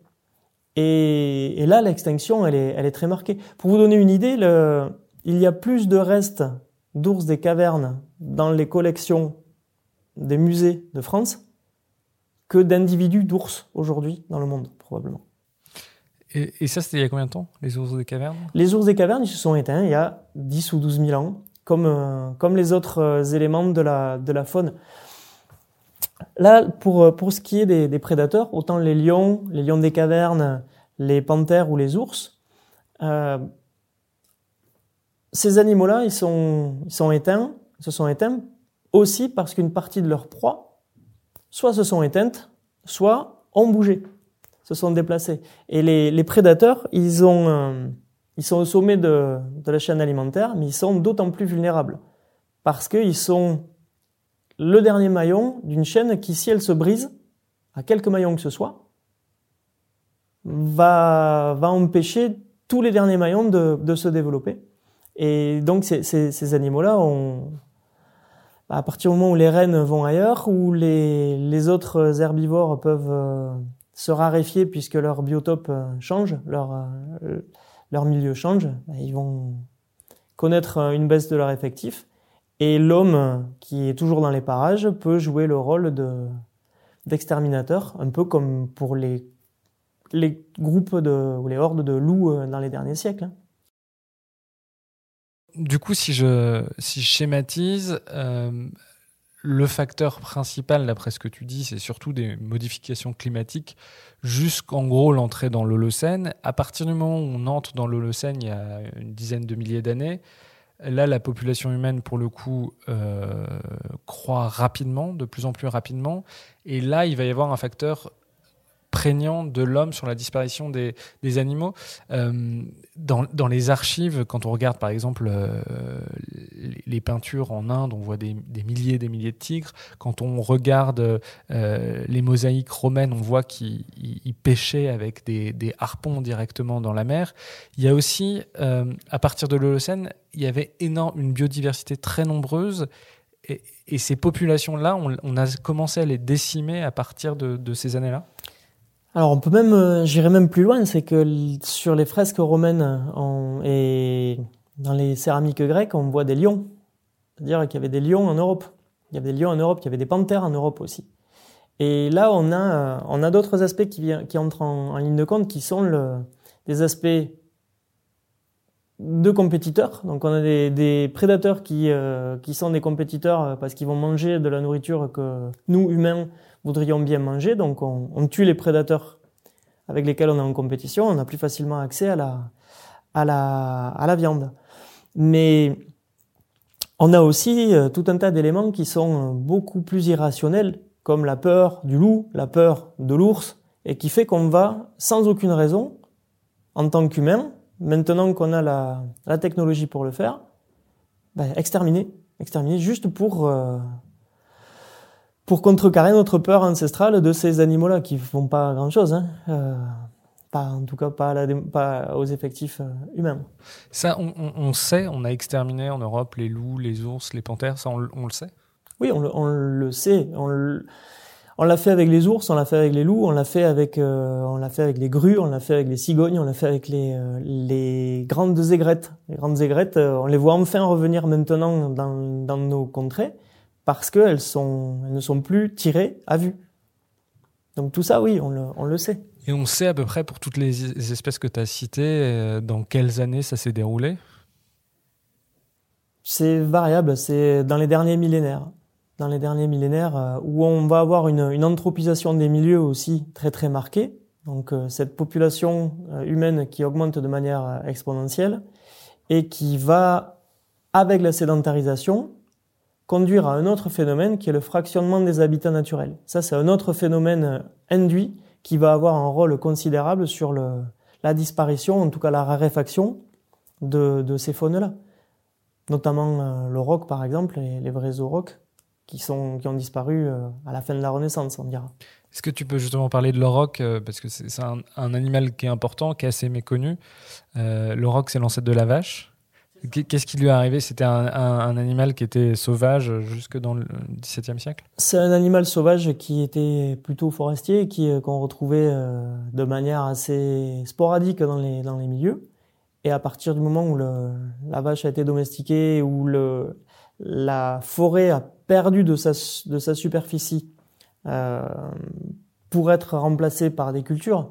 [SPEAKER 2] Et, et là, l'extinction, elle est, elle est très marquée. Pour vous donner une idée, le, il y a plus de restes d'ours des cavernes dans les collections des musées de France que d'individus d'ours aujourd'hui dans le monde, probablement.
[SPEAKER 1] Et, et ça, c'était il y a combien de temps, les ours des cavernes?
[SPEAKER 2] Les ours des cavernes, ils se sont éteints il y a dix ou douze mille ans, comme, euh, comme les autres euh, éléments de la, de la faune. Là, pour, pour ce qui est des, des prédateurs, autant les lions, les lions des cavernes, les panthères ou les ours, euh, ces animaux-là, ils sont, ils sont éteints, se sont éteints aussi parce qu'une partie de leur proie, soit se sont éteintes, soit ont bougé, se sont déplacés. Et les, les prédateurs, ils, ont, euh, ils sont au sommet de, de la chaîne alimentaire, mais ils sont d'autant plus vulnérables parce qu'ils sont le dernier maillon d'une chaîne qui, si elle se brise, à quelques maillons que ce soit, va, va empêcher tous les derniers maillons de, de se développer. Et donc, ces, ces, ces animaux-là, ont, à partir du moment où les rennes vont ailleurs, où les, les autres herbivores peuvent euh, se raréfier puisque leur biotope euh, change, leur, euh, leur milieu change, ils vont connaître une baisse de leur effectif. Et l'homme, qui est toujours dans les parages, peut jouer le rôle de, d'exterminateur, un peu comme pour les, les groupes de, ou les hordes de loups dans les derniers siècles.
[SPEAKER 1] Du coup, si je, si je schématise, euh, le facteur principal, d'après ce que tu dis, c'est surtout des modifications climatiques jusqu'en gros l'entrée dans l'Holocène. À partir du moment où on entre dans l'Holocène, il y a une dizaine de milliers d'années, là, la population humaine, pour le coup, euh, croît rapidement, de plus en plus rapidement. Et là, il va y avoir un facteur prégnant de l'homme sur la disparition des, des animaux. Euh, dans, dans les archives, quand on regarde par exemple euh, les, les peintures en Inde, on voit des, des milliers et des milliers de tigres. Quand on regarde euh, les mosaïques romaines, on voit qu'ils ils pêchaient avec des, des harpons directement dans la mer. Il y a aussi, euh, à partir de l'Holocène, il y avait énorme, une biodiversité très nombreuse. Et, et ces populations-là, on, on a commencé à les décimer à partir de, de ces années-là.
[SPEAKER 2] Alors on peut même, euh, j'irais même plus loin, c'est que l- sur les fresques romaines on, et dans les céramiques grecques, on voit des lions. C'est-à-dire qu'il y avait des lions en Europe. Il y avait des lions en Europe, il y avait des panthères en Europe aussi. Et là, on a, euh, on a d'autres aspects qui, vi- qui entrent en, en ligne de compte, qui sont le, des aspects de compétiteurs. Donc on a des, des prédateurs qui, euh, qui sont des compétiteurs parce qu'ils vont manger de la nourriture que nous, humains, voudrions bien manger. Donc on, on tue les prédateurs avec lesquels on est en compétition. On a plus facilement accès à la, à la, à la viande. Mais on a aussi euh, tout un tas d'éléments qui sont beaucoup plus irrationnels, comme la peur du loup, la peur de l'ours, et qui fait qu'on va, sans aucune raison, en tant qu'humain, maintenant qu'on a la, la technologie pour le faire, ben, exterminer, exterminer juste pour, euh, pour contrecarrer notre peur ancestrale de ces animaux-là qui font pas grand-chose, hein. Euh, pas, en tout cas pas, à la, pas aux effectifs euh, humains.
[SPEAKER 1] Ça, on, on, on sait, on a exterminé en Europe les loups, les ours, les panthères, ça on, on le sait.
[SPEAKER 2] Oui, on le, on le sait. On, le, on l'a fait avec les ours, on l'a fait avec les loups, on l'a fait avec, euh, on l'a fait avec les grues, on l'a fait avec les cigognes, on l'a fait avec les, euh, les grandes aigrettes. Les grandes aigrettes, euh, on les voit enfin revenir maintenant dans, dans nos contrées parce qu'elles sont, elles ne sont plus tirées à vue. Donc tout ça, oui, on le, on le sait.
[SPEAKER 1] Et on sait à peu près pour toutes les espèces que tu as citées, euh, dans quelles années ça s'est déroulé ?
[SPEAKER 2] C'est variable, c'est dans les derniers millénaires. Dans les derniers millénaires, euh, où on va avoir une, une anthropisation des milieux aussi très très marquée. Donc euh, cette population euh, humaine qui augmente de manière euh, exponentielle et qui va, avec la sédentarisation, conduire à un autre phénomène qui est le fractionnement des habitats naturels. Ça, c'est un autre phénomène euh, induit qui va avoir un rôle considérable sur le, la disparition, en tout cas la raréfaction de, de ces faunes-là. Notamment euh, le roc, par exemple, les, les vrais aurochs, qui, sont, qui ont disparu euh, à la fin de la Renaissance, on dira.
[SPEAKER 1] Est-ce que tu peux justement parler de l'auroch, euh, parce que c'est, c'est un, un animal qui est important, qui est assez méconnu. Euh, l'auroch, c'est l'ancêtre de la vache. Qu'est-ce qui lui est arrivé ? C'était un, un, un animal qui était sauvage jusque dans le dix-septième siècle ?
[SPEAKER 2] C'est un animal sauvage qui était plutôt forestier, qui, qu'on retrouvait euh, de manière assez sporadique dans les, dans les milieux. Et à partir du moment où le, la vache a été domestiquée, où le, la forêt a perdu de sa, de sa superficie euh, pour être remplacée par des cultures,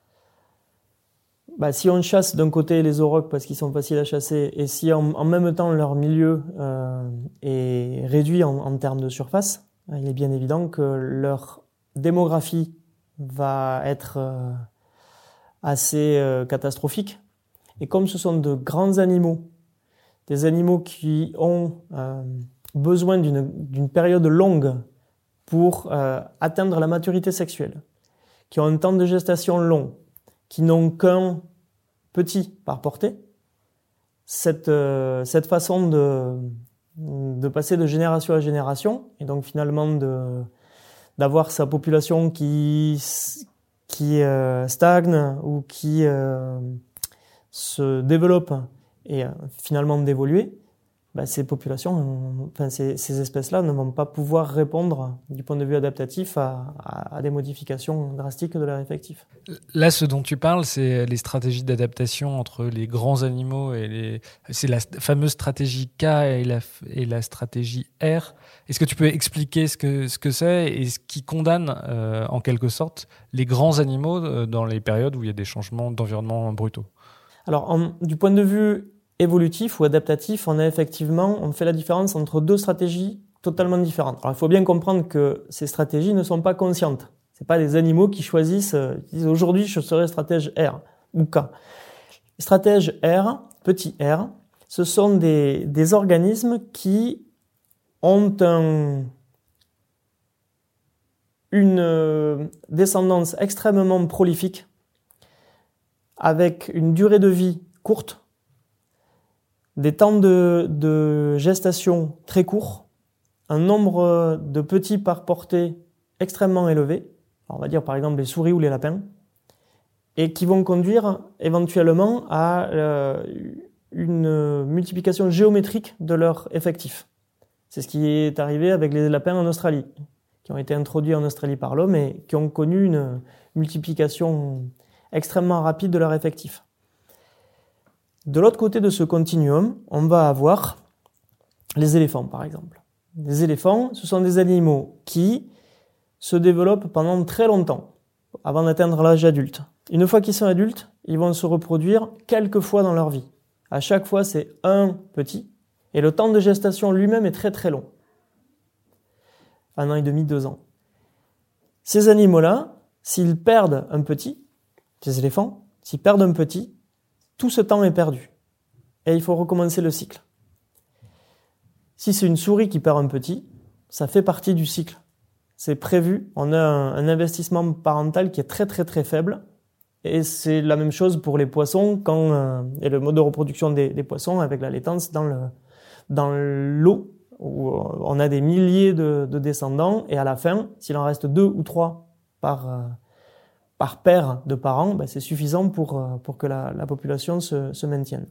[SPEAKER 2] bah, si on chasse d'un côté les aurochs parce qu'ils sont faciles à chasser, et si en, en même temps leur milieu euh, est réduit en, en termes de surface, il est bien évident que leur démographie va être euh, assez euh, catastrophique. Et comme ce sont de grands animaux, des animaux qui ont euh, besoin d'une, d'une période longue pour euh, atteindre la maturité sexuelle, qui ont un temps de gestation long, qui n'ont qu'un petit par portée, cette, euh, cette façon de, de passer de génération à génération, et donc finalement de, d'avoir sa population qui, qui euh, stagne ou qui euh, se développe et euh, finalement d'évoluer, bah, ces populations, enfin ces, ces espèces-là ne vont pas pouvoir répondre du point de vue adaptatif à, à, à des modifications drastiques de leur effectif.
[SPEAKER 1] Là, ce dont tu parles, c'est les stratégies d'adaptation entre les grands animaux et les... C'est la fameuse stratégie K et la, et la stratégie R. Est-ce que tu peux expliquer ce que, ce que c'est et ce qui condamne, euh, en quelque sorte, les grands animaux dans les périodes où il y a des changements d'environnement brutaux?
[SPEAKER 2] Alors, en, du point de vue évolutif ou adaptatif, on a effectivement, on fait la différence entre deux stratégies totalement différentes. Alors, il faut bien comprendre que ces stratégies ne sont pas conscientes. C'est pas des animaux qui choisissent, euh, qui disent aujourd'hui je serai stratège R ou K. Les stratèges R, petit r, ce sont des, des organismes qui ont un, une euh, descendance extrêmement prolifique avec une durée de vie courte, des temps de, de gestation très courts, un nombre de petits par portée extrêmement élevé, on va dire par exemple les souris ou les lapins, et qui vont conduire éventuellement à euh, une multiplication géométrique de leur effectif. C'est ce qui est arrivé avec les lapins en Australie, qui ont été introduits en Australie par l'homme et qui ont connu une multiplication extrêmement rapide de leur effectif. De l'autre côté de ce continuum, on va avoir les éléphants, par exemple. Les éléphants, ce sont des animaux qui se développent pendant très longtemps, avant d'atteindre l'âge adulte. Une fois qu'ils sont adultes, ils vont se reproduire quelques fois dans leur vie. À chaque fois, c'est un petit, et le temps de gestation lui-même est très très long. Un an et demi, deux ans. Ces animaux-là, s'ils perdent un petit, ces éléphants, s'ils perdent un petit, tout ce temps est perdu. Et il faut recommencer le cycle. Si c'est une souris qui perd un petit, ça fait partie du cycle. C'est prévu. On a un, un investissement parental qui est très très très faible. Et c'est la même chose pour les poissons quand, euh, et le mode de reproduction des, des poissons avec la laitance dans le, dans l'eau où on a des milliers de, de descendants et à la fin, s'il en reste deux ou trois par, euh, par paire de parents, ben c'est suffisant pour, pour que la, la population se, se maintienne.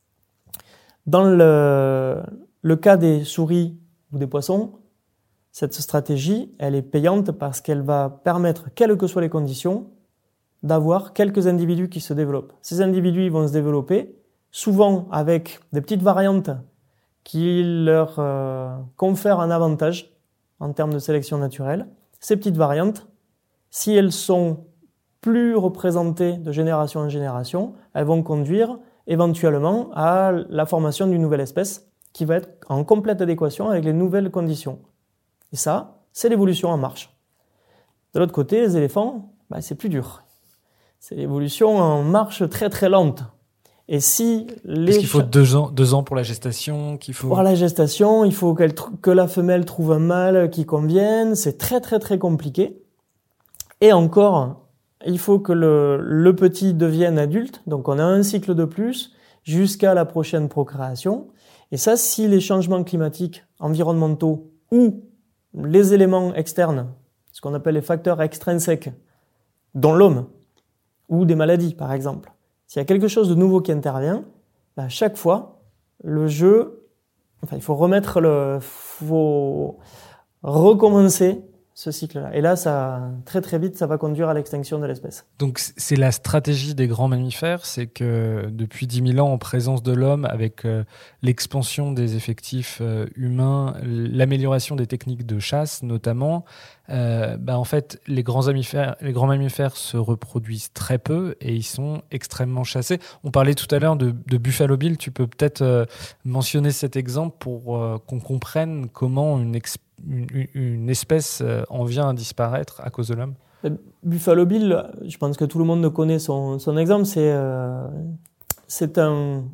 [SPEAKER 2] Dans le, le cas des souris ou des poissons, cette stratégie, elle est payante parce qu'elle va permettre, quelles que soient les conditions, d'avoir quelques individus qui se développent. Ces individus vont se développer, souvent avec des petites variantes qui leur euh, confèrent un avantage en termes de sélection naturelle. Ces petites variantes, si elles sont plus représentées de génération en génération, elles vont conduire éventuellement à la formation d'une nouvelle espèce qui va être en complète adéquation avec les nouvelles conditions. Et ça, c'est l'évolution en marche. De l'autre côté, les éléphants, bah, c'est plus dur. C'est l'évolution en marche très très lente. Et si les
[SPEAKER 1] Parce qu'il faut deux ans, deux ans pour la gestation, qu'il faut...
[SPEAKER 2] Pour la gestation, il faut qu'elle, que la femelle trouve un mâle qui convienne. C'est très très très compliqué. Et encore, il faut que le, le petit devienne adulte. Donc on a un cycle de plus jusqu'à la prochaine procréation. Et ça, si les changements climatiques, environnementaux ou les éléments externes, ce qu'on appelle les facteurs extrinsèques, dont l'homme, ou des maladies par exemple, s'il y a quelque chose de nouveau qui intervient, à chaque fois, le jeu, enfin, il faut remettre le, faut recommencer ce cycle-là. Et là, ça, très très vite, ça va conduire à l'extinction de l'espèce.
[SPEAKER 1] Donc c'est la stratégie des grands mammifères, c'est que depuis dix mille ans, en présence de l'homme, avec euh, l'expansion des effectifs euh, humains, l'amélioration des techniques de chasse notamment, euh, bah, en fait, les grands mammifères, les grands mammifères se reproduisent très peu et ils sont extrêmement chassés. On parlait tout à l'heure de, de Buffalo Bill, tu peux peut-être euh, mentionner cet exemple pour euh, qu'on comprenne comment une expérience Une, une espèce en vient à disparaître à cause de l'homme?
[SPEAKER 2] Buffalo Bill, je pense que tout le monde connaît son, son exemple. C'est, euh, c'est un,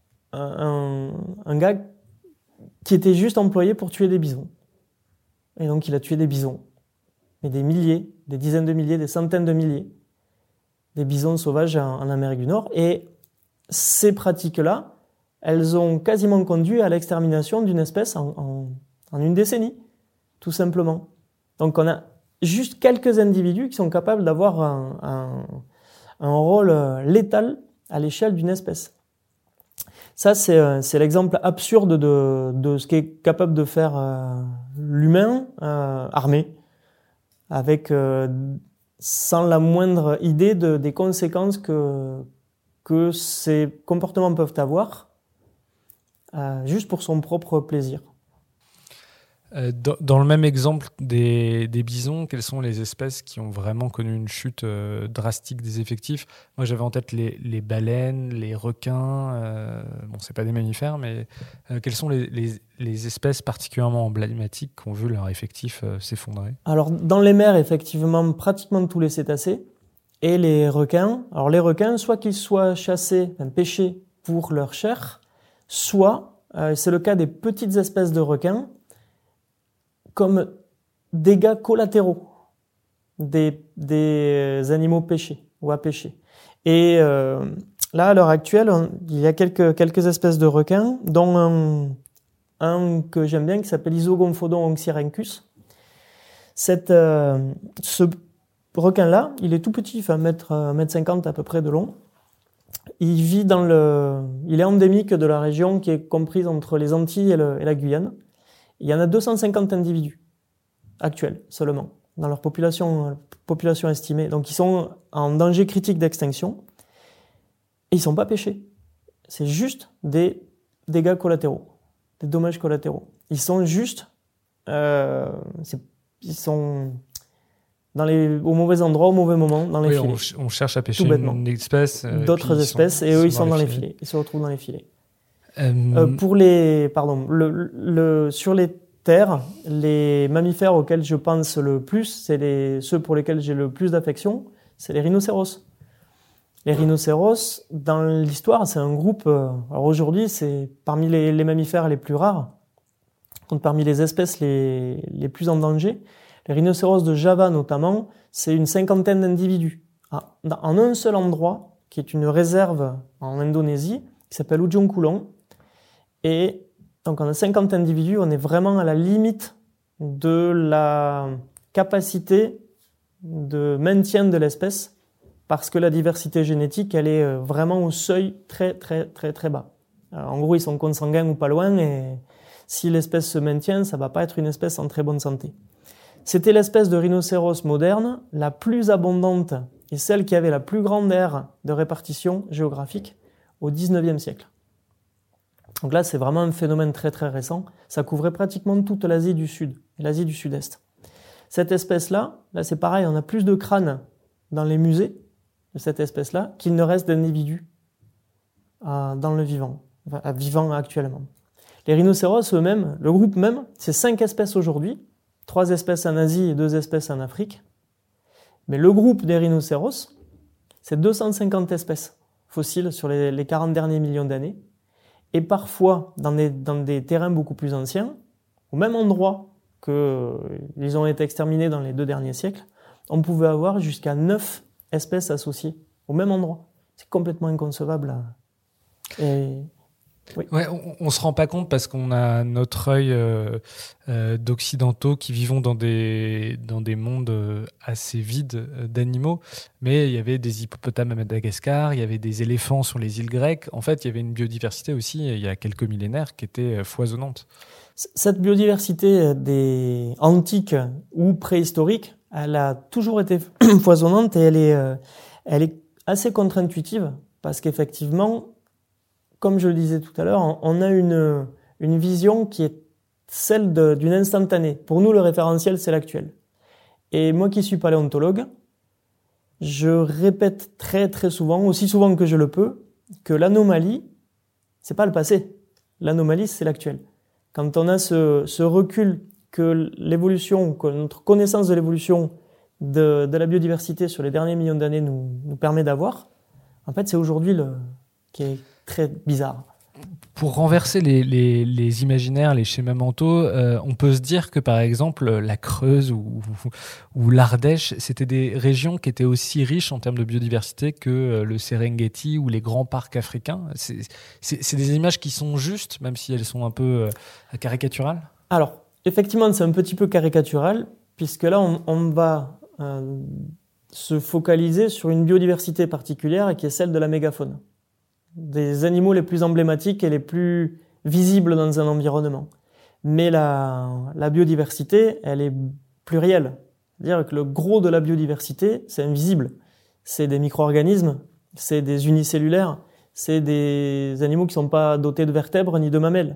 [SPEAKER 2] un, un gars qui était juste employé pour tuer des bisons. Et donc il a tué des bisons. Mais des milliers, des dizaines de milliers, des centaines de milliers. Des bisons sauvages en, en Amérique du Nord. Et ces pratiques-là elles ont quasiment conduit à l'extermination d'une espèce en, en, en une décennie, tout simplement. Donc on a juste quelques individus qui sont capables d'avoir un, un, un rôle létal à l'échelle d'une espèce. Ça, c'est, c'est l'exemple absurde de, de ce qu'est capable de faire euh, l'humain euh, armé, avec euh, sans la moindre idée de, des conséquences que, que ces comportements peuvent avoir, euh, juste pour son propre plaisir.
[SPEAKER 1] Euh, dans, dans le même exemple des, des bisons, quelles sont les espèces qui ont vraiment connu une chute euh, drastique des effectifs? Moi, j'avais en tête les, les baleines, les requins. Euh, bon, c'est pas des mammifères, mais euh, quelles sont les, les, les espèces particulièrement emblématiques qui ont vu leur effectif euh, s'effondrer?
[SPEAKER 2] Alors, dans les mers, effectivement, pratiquement tous les cétacés et les requins. Alors, les requins, soit qu'ils soient chassés, enfin, pêchés pour leur chair, soit, euh, c'est le cas des petites espèces de requins, comme dégâts collatéraux des, des animaux pêchés ou à pêcher. Et euh, là, à l'heure actuelle, on, il y a quelques, quelques espèces de requins, dont un, un que j'aime bien qui s'appelle Isogomphodon onxyrhynchus. Cette, euh, ce requin-là, il est tout petit, il fait un mètre, un mètre cinquante à peu près de long. Il vit dans le, il est endémique de la région qui est comprise entre les Antilles et, le, et la Guyane. Il y en a deux cent cinquante individus actuels seulement dans leur population, population estimée. Donc ils sont en danger critique d'extinction et ils sont pas pêchés. C'est juste des dégâts collatéraux, des dommages collatéraux. Ils sont juste, euh, c'est, ils sont dans les, au mauvais endroit, au mauvais moment, dans les
[SPEAKER 1] oui,
[SPEAKER 2] filets.
[SPEAKER 1] On, on cherche à pêcher une espèce. Euh,
[SPEAKER 2] D'autres espèces, sont, et eux ils sont dans les filets. filets. Ils se retrouvent dans les filets. Euh... Euh, pour les, pardon, le, le, sur les terres, les mammifères auxquels je pense le plus, c'est les, ceux pour lesquels j'ai le plus d'affection, c'est les rhinocéros. Les rhinocéros, dans l'histoire, c'est un groupe, euh, alors aujourd'hui, c'est parmi les, les mammifères les plus rares, donc parmi les espèces les, les plus en danger. Les rhinocéros de Java, notamment, c'est une cinquantaine d'individus. Ah, en un seul endroit, qui est une réserve en Indonésie, qui s'appelle Ujung Kulon. Et donc on a cinquante individus, on est vraiment à la limite de la capacité de maintien de l'espèce parce que la diversité génétique, elle est vraiment au seuil très très très très bas. Alors, en gros, ils sont consanguins ou pas loin et si l'espèce se maintient, ça va pas être une espèce en très bonne santé. C'était l'espèce de rhinocéros moderne la plus abondante et celle qui avait la plus grande aire de répartition géographique au dix-neuvième siècle. Donc là, c'est vraiment un phénomène très très récent. Ça couvrait pratiquement toute l'Asie du Sud et l'Asie du Sud-Est. Cette espèce-là, là c'est pareil, on a plus de crânes dans les musées de cette espèce-là qu'il ne reste d'individus euh, dans le vivant, enfin, vivant actuellement. Les rhinocéros eux-mêmes, le groupe même, c'est cinq espèces aujourd'hui, trois espèces en Asie et deux espèces en Afrique. Mais le groupe des rhinocéros, c'est deux cent cinquante espèces fossiles sur les, les quarante derniers millions d'années. Et parfois, dans des, dans des terrains beaucoup plus anciens, au même endroit qu'ils ont été exterminés dans les deux derniers siècles, on pouvait avoir jusqu'à neuf espèces associées au même endroit. C'est complètement inconcevable. Et... Oui.
[SPEAKER 1] Ouais, on, on se rend pas compte parce qu'on a notre œil euh, euh, d'occidentaux qui vivons dans des dans des mondes assez vides d'animaux, mais il y avait des hippopotames à Madagascar, il y avait des éléphants sur les îles grecques. En fait, il y avait une biodiversité aussi il y a quelques millénaires qui était foisonnante.
[SPEAKER 2] Cette biodiversité des antiques ou préhistoriques, elle a toujours été foisonnante et elle est euh, elle est assez contre-intuitive parce qu'effectivement, comme je le disais tout à l'heure, on a une, une vision qui est celle de, d'une instantanée. Pour nous, le référentiel, c'est l'actuel. Et moi qui suis paléontologue, je répète très très souvent, aussi souvent que je le peux, que l'anomalie, c'est pas le passé. L'anomalie, c'est l'actuel. Quand on a ce, ce recul que l'évolution, que notre connaissance de l'évolution de, de la biodiversité sur les derniers millions d'années nous, nous permet d'avoir, en fait, c'est aujourd'hui le, qui est très bizarre.
[SPEAKER 1] pour renverser les, les, les imaginaires, les schémas mentaux, euh, on peut se dire que par exemple la Creuse ou, ou l'Ardèche, c'était des régions qui étaient aussi riches en termes de biodiversité que le Serengeti ou les grands parcs africains. C'est, c'est, c'est des images qui sont justes, même si elles sont un peu euh, caricaturales.
[SPEAKER 2] Alors, effectivement, c'est un petit peu caricatural, puisque là, on, on va euh, se focaliser sur une biodiversité particulière qui est celle de la mégafaune, des animaux les plus emblématiques et les plus visibles dans un environnement. Mais la, la biodiversité, elle est plurielle. C'est-à-dire que le gros de la biodiversité, c'est invisible. C'est des micro-organismes, c'est des unicellulaires, c'est des animaux qui ne sont pas dotés de vertèbres ni de mamelles.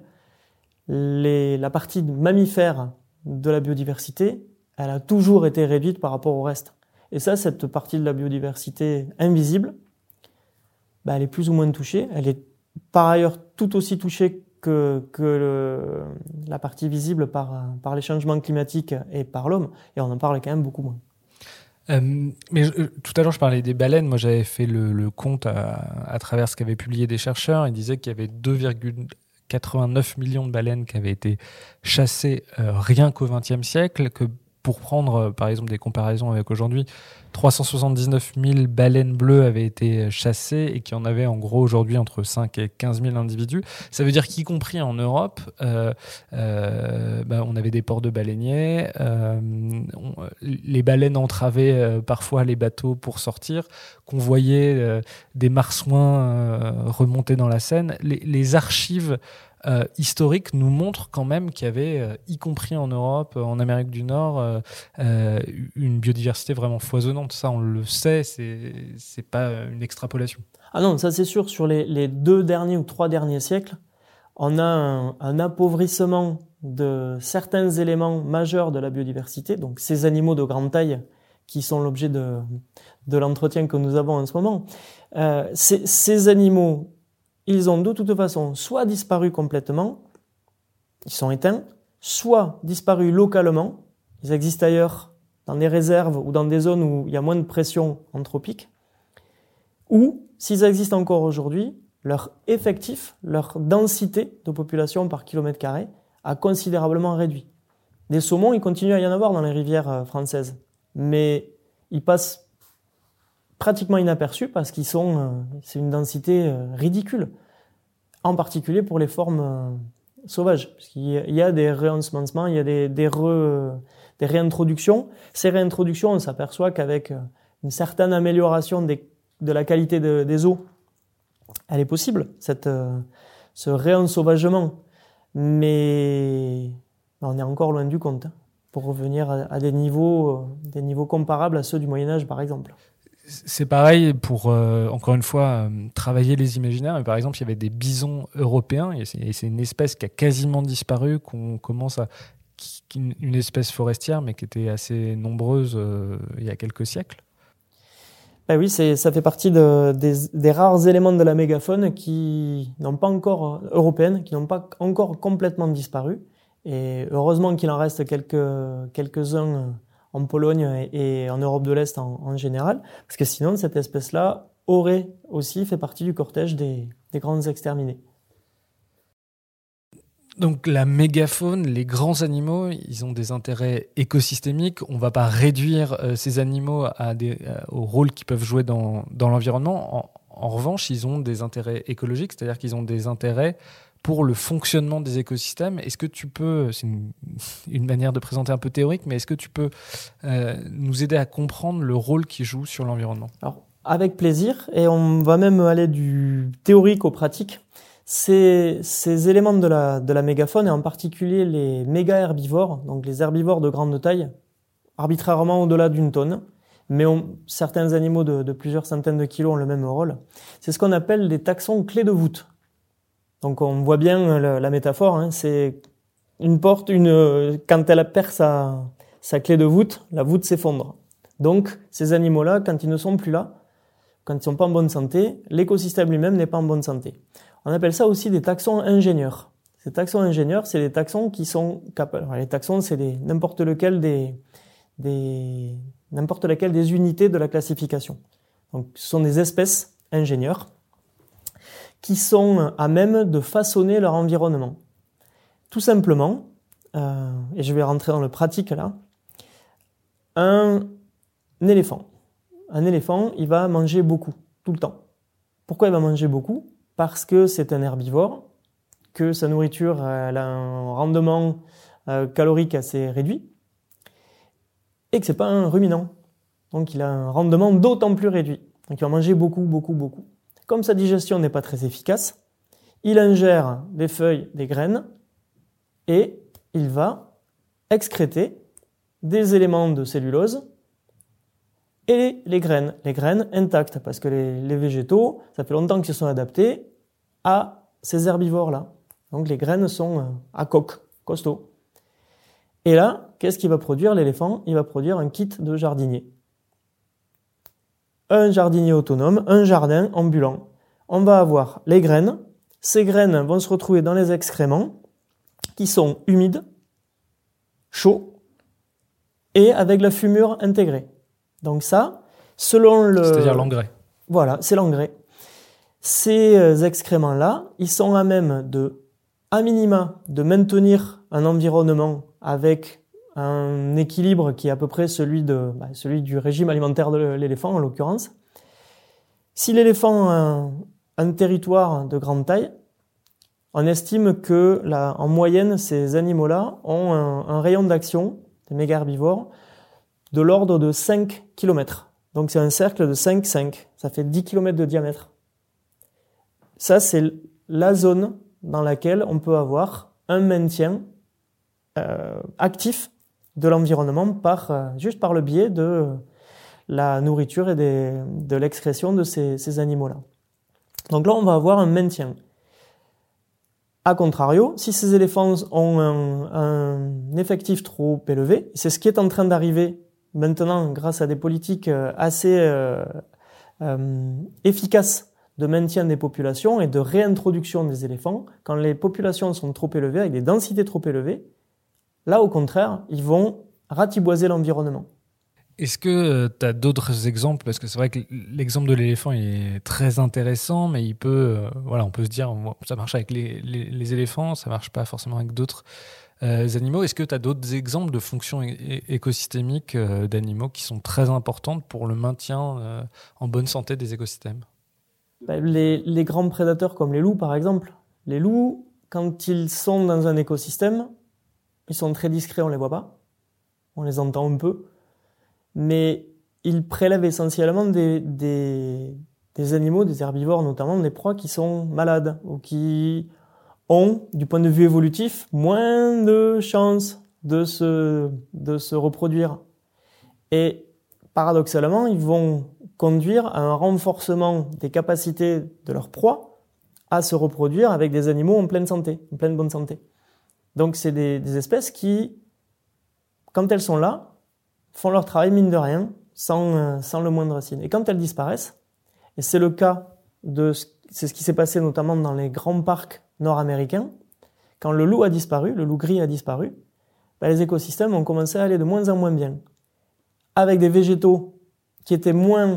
[SPEAKER 2] Les, la partie mammifère de la biodiversité, elle a toujours été réduite par rapport au reste. Et ça, cette partie de la biodiversité invisible, bah, elle est plus ou moins touchée. Elle est par ailleurs tout aussi touchée que, que le, la partie visible par, par les changements climatiques et par l'homme. Et on en parle quand même beaucoup moins.
[SPEAKER 1] Euh, mais je, tout à l'heure, je parlais des baleines. Moi, j'avais fait le, le compte à, à travers ce qu'avaient publié des chercheurs. Ils disaient qu'il y avait deux virgule quatre-vingt-neuf millions de baleines qui avaient été chassées euh, rien qu'au vingtième siècle, que pour prendre, euh, par exemple, des comparaisons avec aujourd'hui, trois cent soixante-dix-neuf mille baleines bleues avaient été chassées et qu'il y en avait en gros aujourd'hui entre cinq et quinze mille individus. Ça veut dire qu'y compris en Europe, euh, euh, bah, on avait des ports de baleiniers, euh, on, les baleines entravaient euh, parfois les bateaux pour sortir, qu'on voyait euh, des marsouins euh, remonter dans la Seine. Les, les archives Euh, historique nous montre quand même qu'il y avait, euh, y compris en Europe, en Amérique du Nord, euh, euh, une biodiversité vraiment foisonnante. Ça, on le sait, c'est, c'est pas une extrapolation.
[SPEAKER 2] Ah non, ça c'est sûr. Sur les, les deux derniers ou trois derniers siècles, on a un, un appauvrissement de certains éléments majeurs de la biodiversité, donc ces animaux de grande taille qui sont l'objet de, de l'entretien que nous avons en ce moment. Euh, ces, ces animaux, ils ont de toute façon soit disparu complètement, ils sont éteints, soit disparu localement, ils existent ailleurs, dans des réserves ou dans des zones où il y a moins de pression anthropique, ou, s'ils existent encore aujourd'hui, leur effectif, leur densité de population par kilomètre carré a considérablement réduit. Des saumons, il continue à y en avoir dans les rivières françaises, mais ils passent pratiquement inaperçus parce qu'ils sont, euh, c'est une densité euh, ridicule, en particulier pour les formes euh, sauvages, parce qu'il y a, il y a des réensemencements, il y a des, des, re, des réintroductions. Ces réintroductions, on s'aperçoit qu'avec euh, une certaine amélioration des, de la qualité de, des eaux, elle est possible, cette, euh, ce réensauvagement, mais on est encore loin du compte, hein, pour revenir à, à des niveaux, euh, des niveaux comparables à ceux du Moyen-Âge, par exemple.
[SPEAKER 1] C'est pareil pour, euh, encore une fois, euh, travailler les imaginaires. Mais par exemple, il y avait des bisons européens, et c'est, et c'est une espèce qui a quasiment disparu, qu'on commence à... Qui, une espèce forestière, mais qui était assez nombreuse euh, il y a quelques siècles.
[SPEAKER 2] Ben oui, c'est, ça fait partie de, des, des rares éléments de la mégafaune qui n'ont pas encore, européenne, qui n'ont pas encore complètement disparu. Et heureusement qu'il en reste quelques, quelques-uns en Pologne et en Europe de l'Est en, en général, parce que sinon, cette espèce-là aurait aussi fait partie du cortège des, des grandes exterminés.
[SPEAKER 1] Donc la mégafaune, les grands animaux, ils ont des intérêts écosystémiques. On ne va pas réduire euh, ces animaux à des, euh, au rôle qu'ils peuvent jouer dans, dans l'environnement. En, en revanche, ils ont des intérêts écologiques, c'est-à-dire qu'ils ont des intérêts pour le fonctionnement des écosystèmes. Est-ce que tu peux, c'est une, une manière de présenter un peu théorique, mais est-ce que tu peux euh, nous aider à comprendre le rôle qu'ils jouent sur l'environnement ?
[SPEAKER 2] Alors, avec plaisir, et on va même aller du théorique au pratique. Ces, ces éléments de la, de la mégafaune, et en particulier les méga-herbivores, donc les herbivores de grande taille, arbitrairement au-delà d'une tonne, mais on, certains animaux de, de plusieurs centaines de kilos ont le même rôle, c'est ce qu'on appelle des taxons clés de voûte. Donc on voit bien la, la métaphore, hein, c'est une porte, une, quand elle perd sa, sa clé de voûte, la voûte s'effondre. Donc ces animaux-là, quand ils ne sont plus là, quand ils ne sont pas en bonne santé, l'écosystème lui-même n'est pas en bonne santé. On appelle ça aussi des taxons ingénieurs. Ces taxons ingénieurs, c'est des taxons qui sont capables. Les taxons, c'est des, n'importe lequel des, des, n'importe laquelle des unités de la classification. Donc ce sont des espèces ingénieurs qui sont à même de façonner leur environnement. Tout simplement, euh, et je vais rentrer dans le pratique là, un éléphant. Un éléphant, il va manger beaucoup, tout le temps. Pourquoi il va manger beaucoup ? Parce que c'est un herbivore, que sa nourriture elle a un rendement euh, calorique assez réduit, et que c'est pas un ruminant. Donc il a un rendement d'autant plus réduit. Donc il va manger beaucoup, beaucoup, beaucoup. Comme sa digestion n'est pas très efficace, il ingère des feuilles, des graines, et il va excréter des éléments de cellulose et les, les graines, les graines intactes, parce que les, les végétaux, ça fait longtemps qu'ils se sont adaptés à ces herbivores-là. Donc les graines sont à coque, costaud. Et là, qu'est-ce qu'il va produire l'éléphant ? Il va produire un kit de jardinier. Un jardinier autonome, un jardin ambulant. On va avoir les graines. Ces graines vont se retrouver dans les excréments qui sont humides, chauds et avec la fumure intégrée. Donc ça, selon le...
[SPEAKER 1] C'est-à-dire l'engrais.
[SPEAKER 2] Voilà, c'est l'engrais. Ces excréments-là, ils sont à même de, à minima, de maintenir un environnement avec un équilibre qui est à peu près celui, de, bah, celui du régime alimentaire de l'éléphant, en l'occurrence. Si l'éléphant a un, un territoire de grande taille, on estime que, là, en moyenne, ces animaux-là ont un, un rayon d'action, des méga-herbivores, de l'ordre de cinq kilomètres. Donc c'est un cercle de cinq cinq. Ça fait dix kilomètres de diamètre. Ça, c'est la zone dans laquelle on peut avoir un maintien euh, actif de l'environnement par, euh, juste par le biais de euh, la nourriture et des, de l'excrétion de ces, ces animaux-là. Donc là, on va avoir un maintien. A contrario, si ces éléphants ont un, un effectif trop élevé, c'est ce qui est en train d'arriver maintenant grâce à des politiques assez euh, euh, efficaces de maintien des populations et de réintroduction des éléphants. Quand les populations sont trop élevées, avec des densités trop élevées, là au contraire, ils vont ratiboiser l'environnement.
[SPEAKER 1] Est-ce que tu as d'autres exemples ? Parce que c'est vrai que l'exemple de l'éléphant est très intéressant, mais il peut, euh, voilà, on peut se dire, ça marche avec les, les, les éléphants, ça marche pas forcément avec d'autres euh, animaux. Est-ce que tu as d'autres exemples de fonctions é- écosystémiques euh, d'animaux qui sont très importantes pour le maintien euh, en bonne santé des écosystèmes ?
[SPEAKER 2] Ben, les, les grands prédateurs comme les loups, par exemple. Les loups, quand ils sont dans un écosystème, ils sont très discrets, on les voit pas. On les entend un peu. Mais ils prélèvent essentiellement des, des, des animaux, des herbivores, notamment des proies qui sont malades ou qui ont, du point de vue évolutif, moins de chances de se, de se reproduire. Et paradoxalement, ils vont conduire à un renforcement des capacités de leurs proies à se reproduire avec des animaux en pleine santé, en pleine bonne santé. Donc c'est des, des espèces qui, quand elles sont là, font leur travail mine de rien, sans, sans le moindre signe. Et quand elles disparaissent, et c'est le cas de, c'est ce qui s'est passé notamment dans les grands parcs nord-américains, quand le loup a disparu, le loup gris a disparu, ben les écosystèmes ont commencé à aller de moins en moins bien. Avec des végétaux qui étaient moins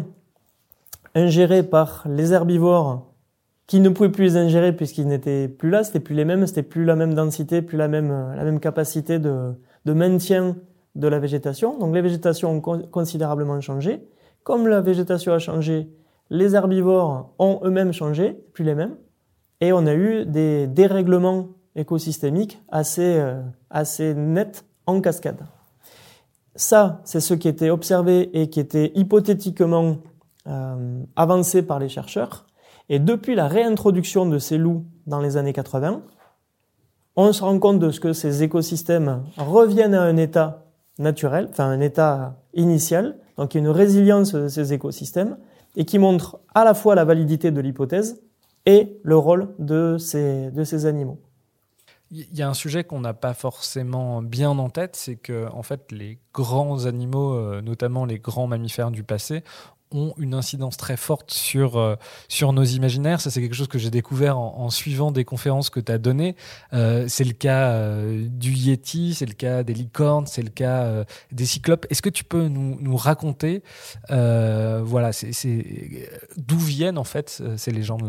[SPEAKER 2] ingérés par les herbivores, qui ne pouvaient plus les ingérer puisqu'ils n'étaient plus là, c'était plus les mêmes, c'était plus la même densité, plus la même, la même capacité de, de maintien de la végétation. Donc les végétations ont con- considérablement changé. Comme la végétation a changé, les herbivores ont eux-mêmes changé, plus les mêmes. Et on a eu des dérèglements écosystémiques assez, euh, assez nets en cascade. Ça, c'est ce qui était observé et qui était hypothétiquement euh, avancé par les chercheurs. Et depuis la réintroduction de ces loups dans les années quatre-vingts, on se rend compte de ce que ces écosystèmes reviennent à un état naturel, enfin un état initial, donc une résilience de ces écosystèmes, et qui montre à la fois la validité de l'hypothèse et le rôle de ces, de ces animaux.
[SPEAKER 1] Il y a un sujet qu'on n'a pas forcément bien en tête, c'est que en fait, les grands animaux, euh, notamment les grands mammifères du passé, ont une incidence très forte sur, euh, sur nos imaginaires. Ça, c'est quelque chose que j'ai découvert en, en suivant des conférences que tu as données. Euh, c'est le cas euh, du Yéti, c'est le cas des licornes, c'est le cas euh, des cyclopes. Est-ce que tu peux nous, nous raconter euh, voilà, c'est, c'est, d'où viennent en fait ces légendes-là ?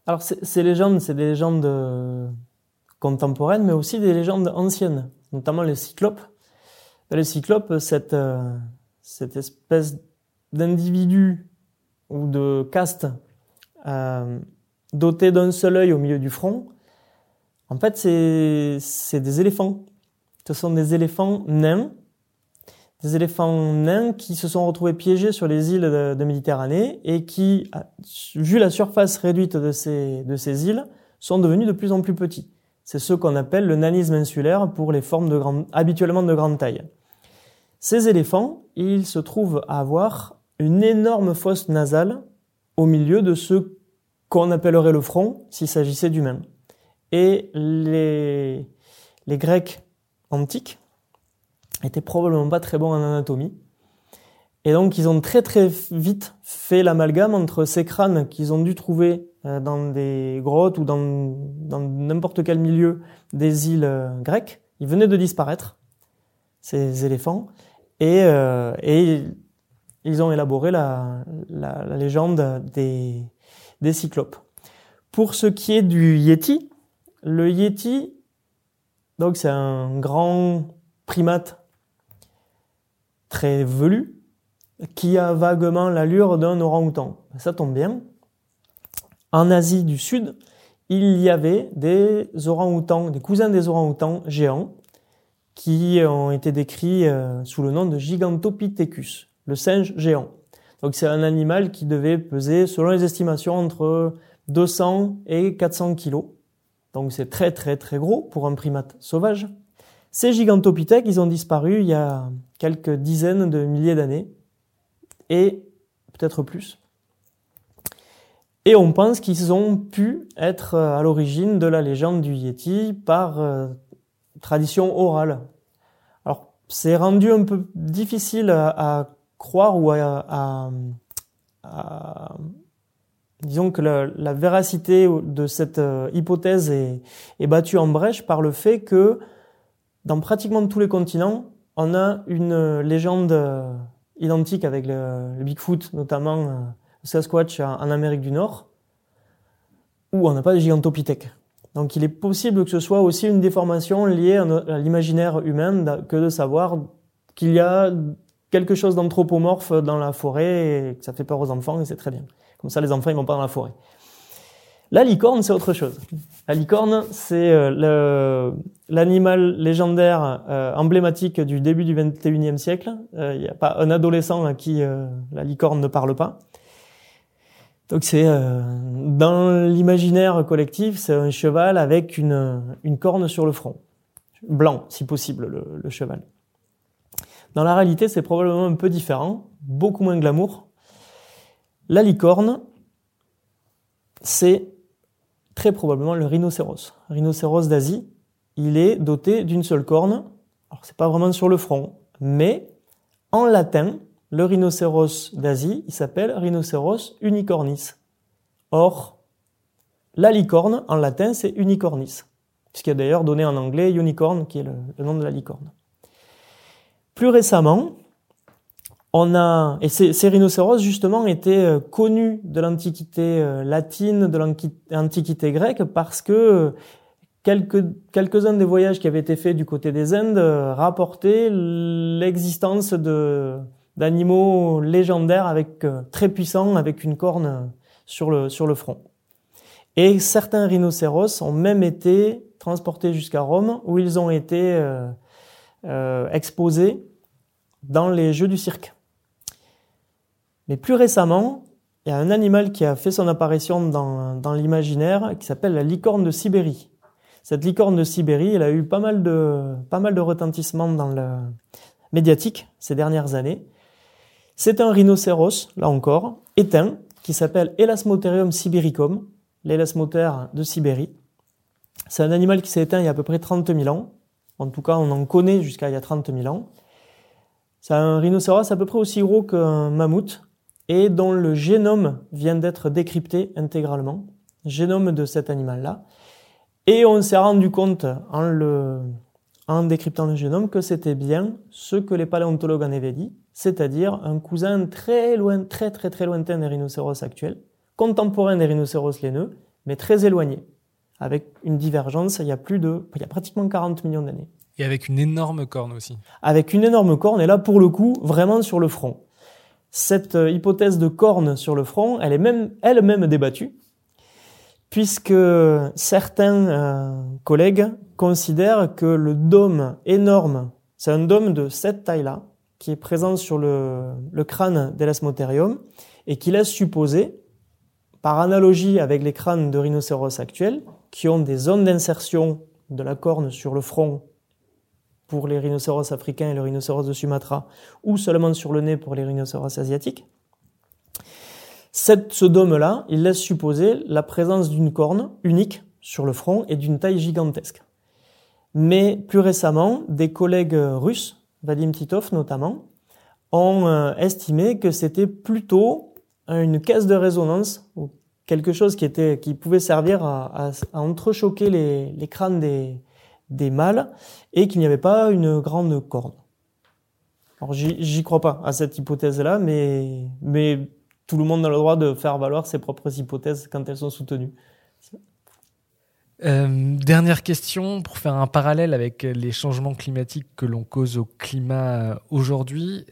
[SPEAKER 2] Alors c'est, ces légendes, c'est des légendes euh, contemporaines, mais aussi des légendes anciennes, notamment les cyclopes. Les cyclopes, cette, euh, cette espèce d'individu ou de caste euh, doté d'un seul œil au milieu du front, en fait, c'est, c'est des éléphants. Ce sont des éléphants nains, des éléphants nains qui se sont retrouvés piégés sur les îles de, de Méditerranée et qui, vu la surface réduite de ces, de ces îles, sont devenus de plus en plus petits. C'est ce qu'on appelle le nanisme insulaire pour les formes de grande, habituellement de grande taille. Ces éléphants, ils se trouvent à avoir une énorme fosse nasale au milieu de ce qu'on appellerait le front s'il s'agissait d'humains. Et les, les Grecs antiques étaient probablement pas très bons en anatomie. Et donc, ils ont très très vite fait l'amalgame entre ces crânes qu'ils ont dû trouver dans des grottes ou dans, dans n'importe quel milieu des îles grecques. Ils venaient de disparaître, ces éléphants, et, euh, et ils ont élaboré la, la, la légende des, des cyclopes. Pour ce qui est du yéti, le yéti, donc c'est un grand primate très velu qui a vaguement l'allure d'un orang-outan. Ça tombe bien. En Asie du Sud, il y avait des orang-outans, des cousins des orang-outans géants qui ont été décrits sous le nom de Gigantopithecus, le singe géant. Donc c'est un animal qui devait peser, selon les estimations, entre deux cents et quatre cents kilos. Donc c'est très très très gros pour un primate sauvage. Ces gigantopithèques, ils ont disparu il y a quelques dizaines de milliers d'années, et peut-être plus. Et on pense qu'ils ont pu être à l'origine de la légende du Yéti par euh, tradition orale. Alors c'est rendu un peu difficile à, à croire ou à, à, à disons que la, la véracité de cette euh, hypothèse est, est battue en brèche par le fait que dans pratiquement tous les continents, on a une légende euh, identique avec le, le Bigfoot, notamment euh, le Sasquatch en, en Amérique du Nord, où on n'a pas de gigantopithèque. Donc il est possible que ce soit aussi une déformation liée à, à l'imaginaire humain que de savoir qu'il y a quelque chose d'anthropomorphe dans la forêt et que ça fait peur aux enfants et c'est très bien. Comme ça, les enfants, ils vont pas dans la forêt. La licorne, c'est autre chose. La licorne, c'est euh, le, l'animal légendaire euh, emblématique du début du vingt et unième siècle. Il euh, n'y a pas un adolescent à qui euh, la licorne ne parle pas. Donc c'est euh, dans l'imaginaire collectif, c'est un cheval avec une, une corne sur le front. Blanc, si possible, le, le cheval. Dans la réalité, c'est probablement un peu différent, beaucoup moins glamour. La licorne, c'est très probablement le rhinocéros. Rhinocéros d'Asie, il est doté d'une seule corne. Alors c'est pas vraiment sur le front, mais en latin, le rhinocéros d'Asie, il s'appelle Rhinocéros unicornis. Or, la licorne, en latin, c'est unicornis. Ce qui a d'ailleurs donné en anglais unicorn, qui est le, le nom de la licorne. Plus récemment, on a, et ces, ces rhinocéros, justement, étaient connus de l'Antiquité latine, de l'Antiquité grecque, parce que quelques, quelques-uns des voyages qui avaient été faits du côté des Indes rapportaient l'existence de, d'animaux légendaires avec, très puissants, avec une corne sur le, sur le front. Et certains rhinocéros ont même été transportés jusqu'à Rome, où ils ont été euh, euh, exposés dans les jeux du cirque. Mais plus récemment, il y a un animal qui a fait son apparition dans, dans l'imaginaire qui s'appelle la licorne de Sibérie. Cette licorne de Sibérie, elle a eu pas mal de, pas mal de retentissement dans le médiatique ces dernières années. C'est un rhinocéros, là encore, éteint, qui s'appelle Elasmotherium sibiricum, l'élasmothère de Sibérie. C'est un animal qui s'est éteint il y a à peu près trente mille ans. En tout cas, on en connaît jusqu'à il y a trente mille ans. C'est un rhinocéros à peu près aussi gros qu'un mammouth et dont le génome vient d'être décrypté intégralement, génome de cet animal-là. Et on s'est rendu compte en, le, en décryptant le génome que c'était bien ce que les paléontologues en avaient dit, c'est-à-dire un cousin très loin, très très très lointain des rhinocéros actuels, contemporain des rhinocéros laineux, mais très éloignées, avec une divergence il y a plus de, il y a pratiquement quarante millions d'années.
[SPEAKER 1] Et avec une énorme corne aussi.
[SPEAKER 2] Avec une énorme corne, et là pour le coup, vraiment sur le front. Cette hypothèse de corne sur le front, elle est même elle-même débattue, puisque certains euh, collègues considèrent que le dôme énorme, c'est un dôme de cette taille-là, qui est présent sur le, le crâne d'Elasmotherium, et qui laisse supposer, par analogie avec les crânes de rhinocéros actuels, qui ont des zones d'insertion de la corne sur le front pour les rhinocéros africains et le rhinocéros de Sumatra, ou seulement sur le nez pour les rhinocéros asiatiques. Cette, ce dôme-là, il laisse supposer la présence d'une corne unique sur le front et d'une taille gigantesque. Mais plus récemment, des collègues russes, Vadim Titov notamment, ont euh, estimé que c'était plutôt une caisse de résonance ou quelque chose qui était qui pouvait servir à, à, à entrechoquer les, les crânes des, des mâles et qu'il n'y avait pas une grande corne. Alors j'y, j'y crois pas à cette hypothèse-là, mais mais tout le monde a le droit de faire valoir ses propres hypothèses quand elles sont soutenues.
[SPEAKER 1] Euh, dernière question, pour faire un parallèle avec les changements climatiques que l'on cause au climat aujourd'hui.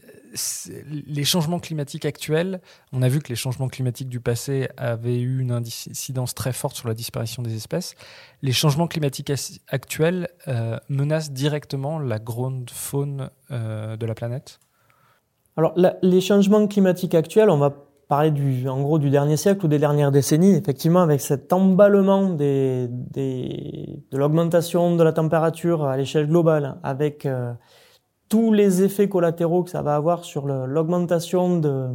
[SPEAKER 1] Les changements climatiques actuels, on a vu que les changements climatiques du passé avaient eu une incidence très forte sur la disparition des espèces. Les changements climatiques actuels euh, menacent directement la grande faune euh, de la planète ?
[SPEAKER 2] Alors, la, les changements climatiques actuels, on va parler du, en gros du dernier siècle ou des dernières décennies, effectivement, avec cet emballement des, des, de l'augmentation de la température à l'échelle globale, avec euh, tous les effets collatéraux que ça va avoir sur le, l'augmentation de,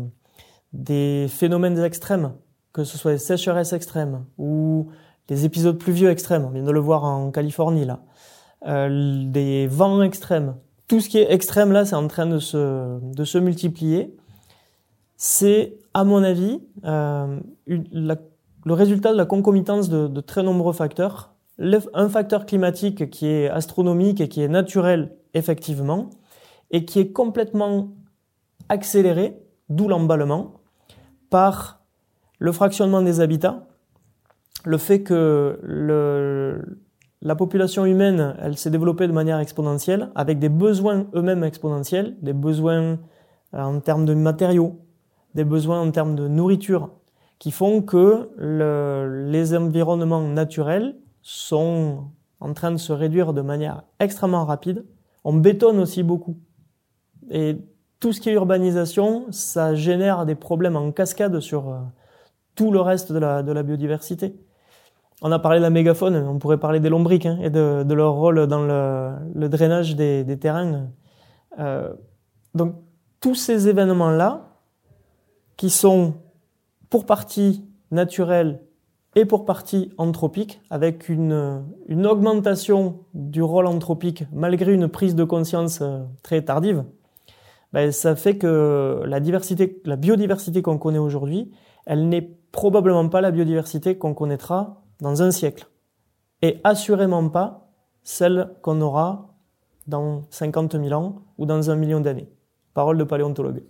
[SPEAKER 2] des phénomènes extrêmes, que ce soit les sécheresses extrêmes ou les épisodes pluvieux extrêmes, on vient de le voir en Californie là, euh, des vents extrêmes, tout ce qui est extrême là, c'est en train de se, de se multiplier. C'est, à mon avis, euh, une, la, le résultat de la concomitance de, de très nombreux facteurs. Le, un facteur climatique qui est astronomique et qui est naturel, effectivement, et qui est complètement accéléré, d'où l'emballement, par le fractionnement des habitats, le fait que le, la population humaine, elle s'est développée de manière exponentielle, avec des besoins eux-mêmes exponentiels, des besoins en termes de matériaux, des besoins en termes de nourriture, qui font que le, les environnements naturels sont en train de se réduire de manière extrêmement rapide. On bétonne aussi beaucoup. Et tout ce qui est urbanisation, ça génère des problèmes en cascade sur euh, tout le reste de la, de la biodiversité. On a parlé de la mégafaune, on pourrait parler des lombrics hein, et de, de leur rôle dans le, le drainage des, des terrains. Euh, donc tous ces événements-là, qui sont pour partie naturels et pour partie anthropiques, avec une, une augmentation du rôle anthropique malgré une prise de conscience très tardive, ben, ça fait que la diversité, la biodiversité qu'on connaît aujourd'hui, elle n'est probablement pas la biodiversité qu'on connaîtra dans un siècle. Et assurément pas celle qu'on aura dans cinquante mille ans ou dans un million d'années. Parole de paléontologue.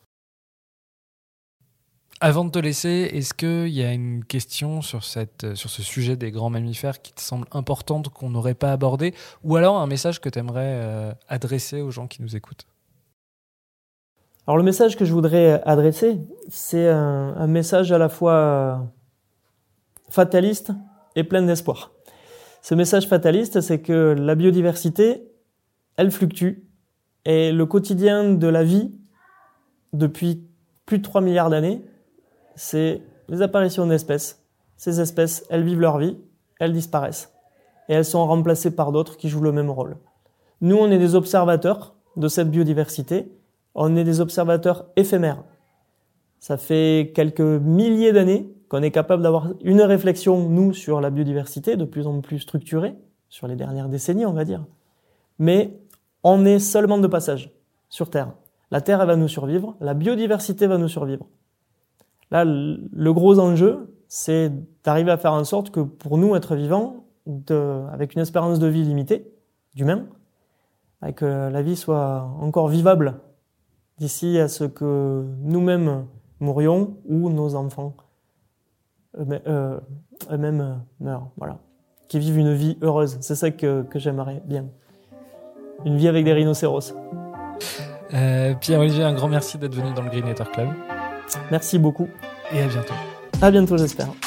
[SPEAKER 1] Avant de te laisser, est-ce qu'il y a une question sur, cette, sur ce sujet des grands mammifères qui te semble importante qu'on n'aurait pas abordé, ou alors un message que tu aimerais euh, adresser aux gens qui nous écoutent ?
[SPEAKER 2] Alors le message que je voudrais adresser, c'est un, un message à la fois fataliste et plein d'espoir. Ce message fataliste, c'est que la biodiversité, elle fluctue, et le quotidien de la vie, depuis plus de trois milliards d'années, c'est les apparitions d'espèces. Ces espèces, elles vivent leur vie, elles disparaissent. Et elles sont remplacées par d'autres qui jouent le même rôle. Nous, on est des observateurs de cette biodiversité. On est des observateurs éphémères. Ça fait quelques milliers d'années qu'on est capable d'avoir une réflexion, nous, sur la biodiversité, de plus en plus structurée, sur les dernières décennies, on va dire. Mais on est seulement de passage sur Terre. La Terre, elle va nous survivre, la biodiversité va nous survivre. Là, le gros enjeu, c'est d'arriver à faire en sorte que pour nous, être vivants, de, avec une espérance de vie limitée, d'humains, que la vie soit encore vivable d'ici à ce que nous-mêmes mourions ou nos enfants eux-mêmes, euh, eux-mêmes euh, meurent. Voilà. Qui vivent une vie heureuse. C'est ça que, que j'aimerais bien. Une vie avec des rhinocéros.
[SPEAKER 1] Euh, Pierre-Olivier, un grand merci d'être venu dans le Green Hater Club.
[SPEAKER 2] Merci beaucoup.
[SPEAKER 1] Et à bientôt.
[SPEAKER 2] À bientôt, j'espère.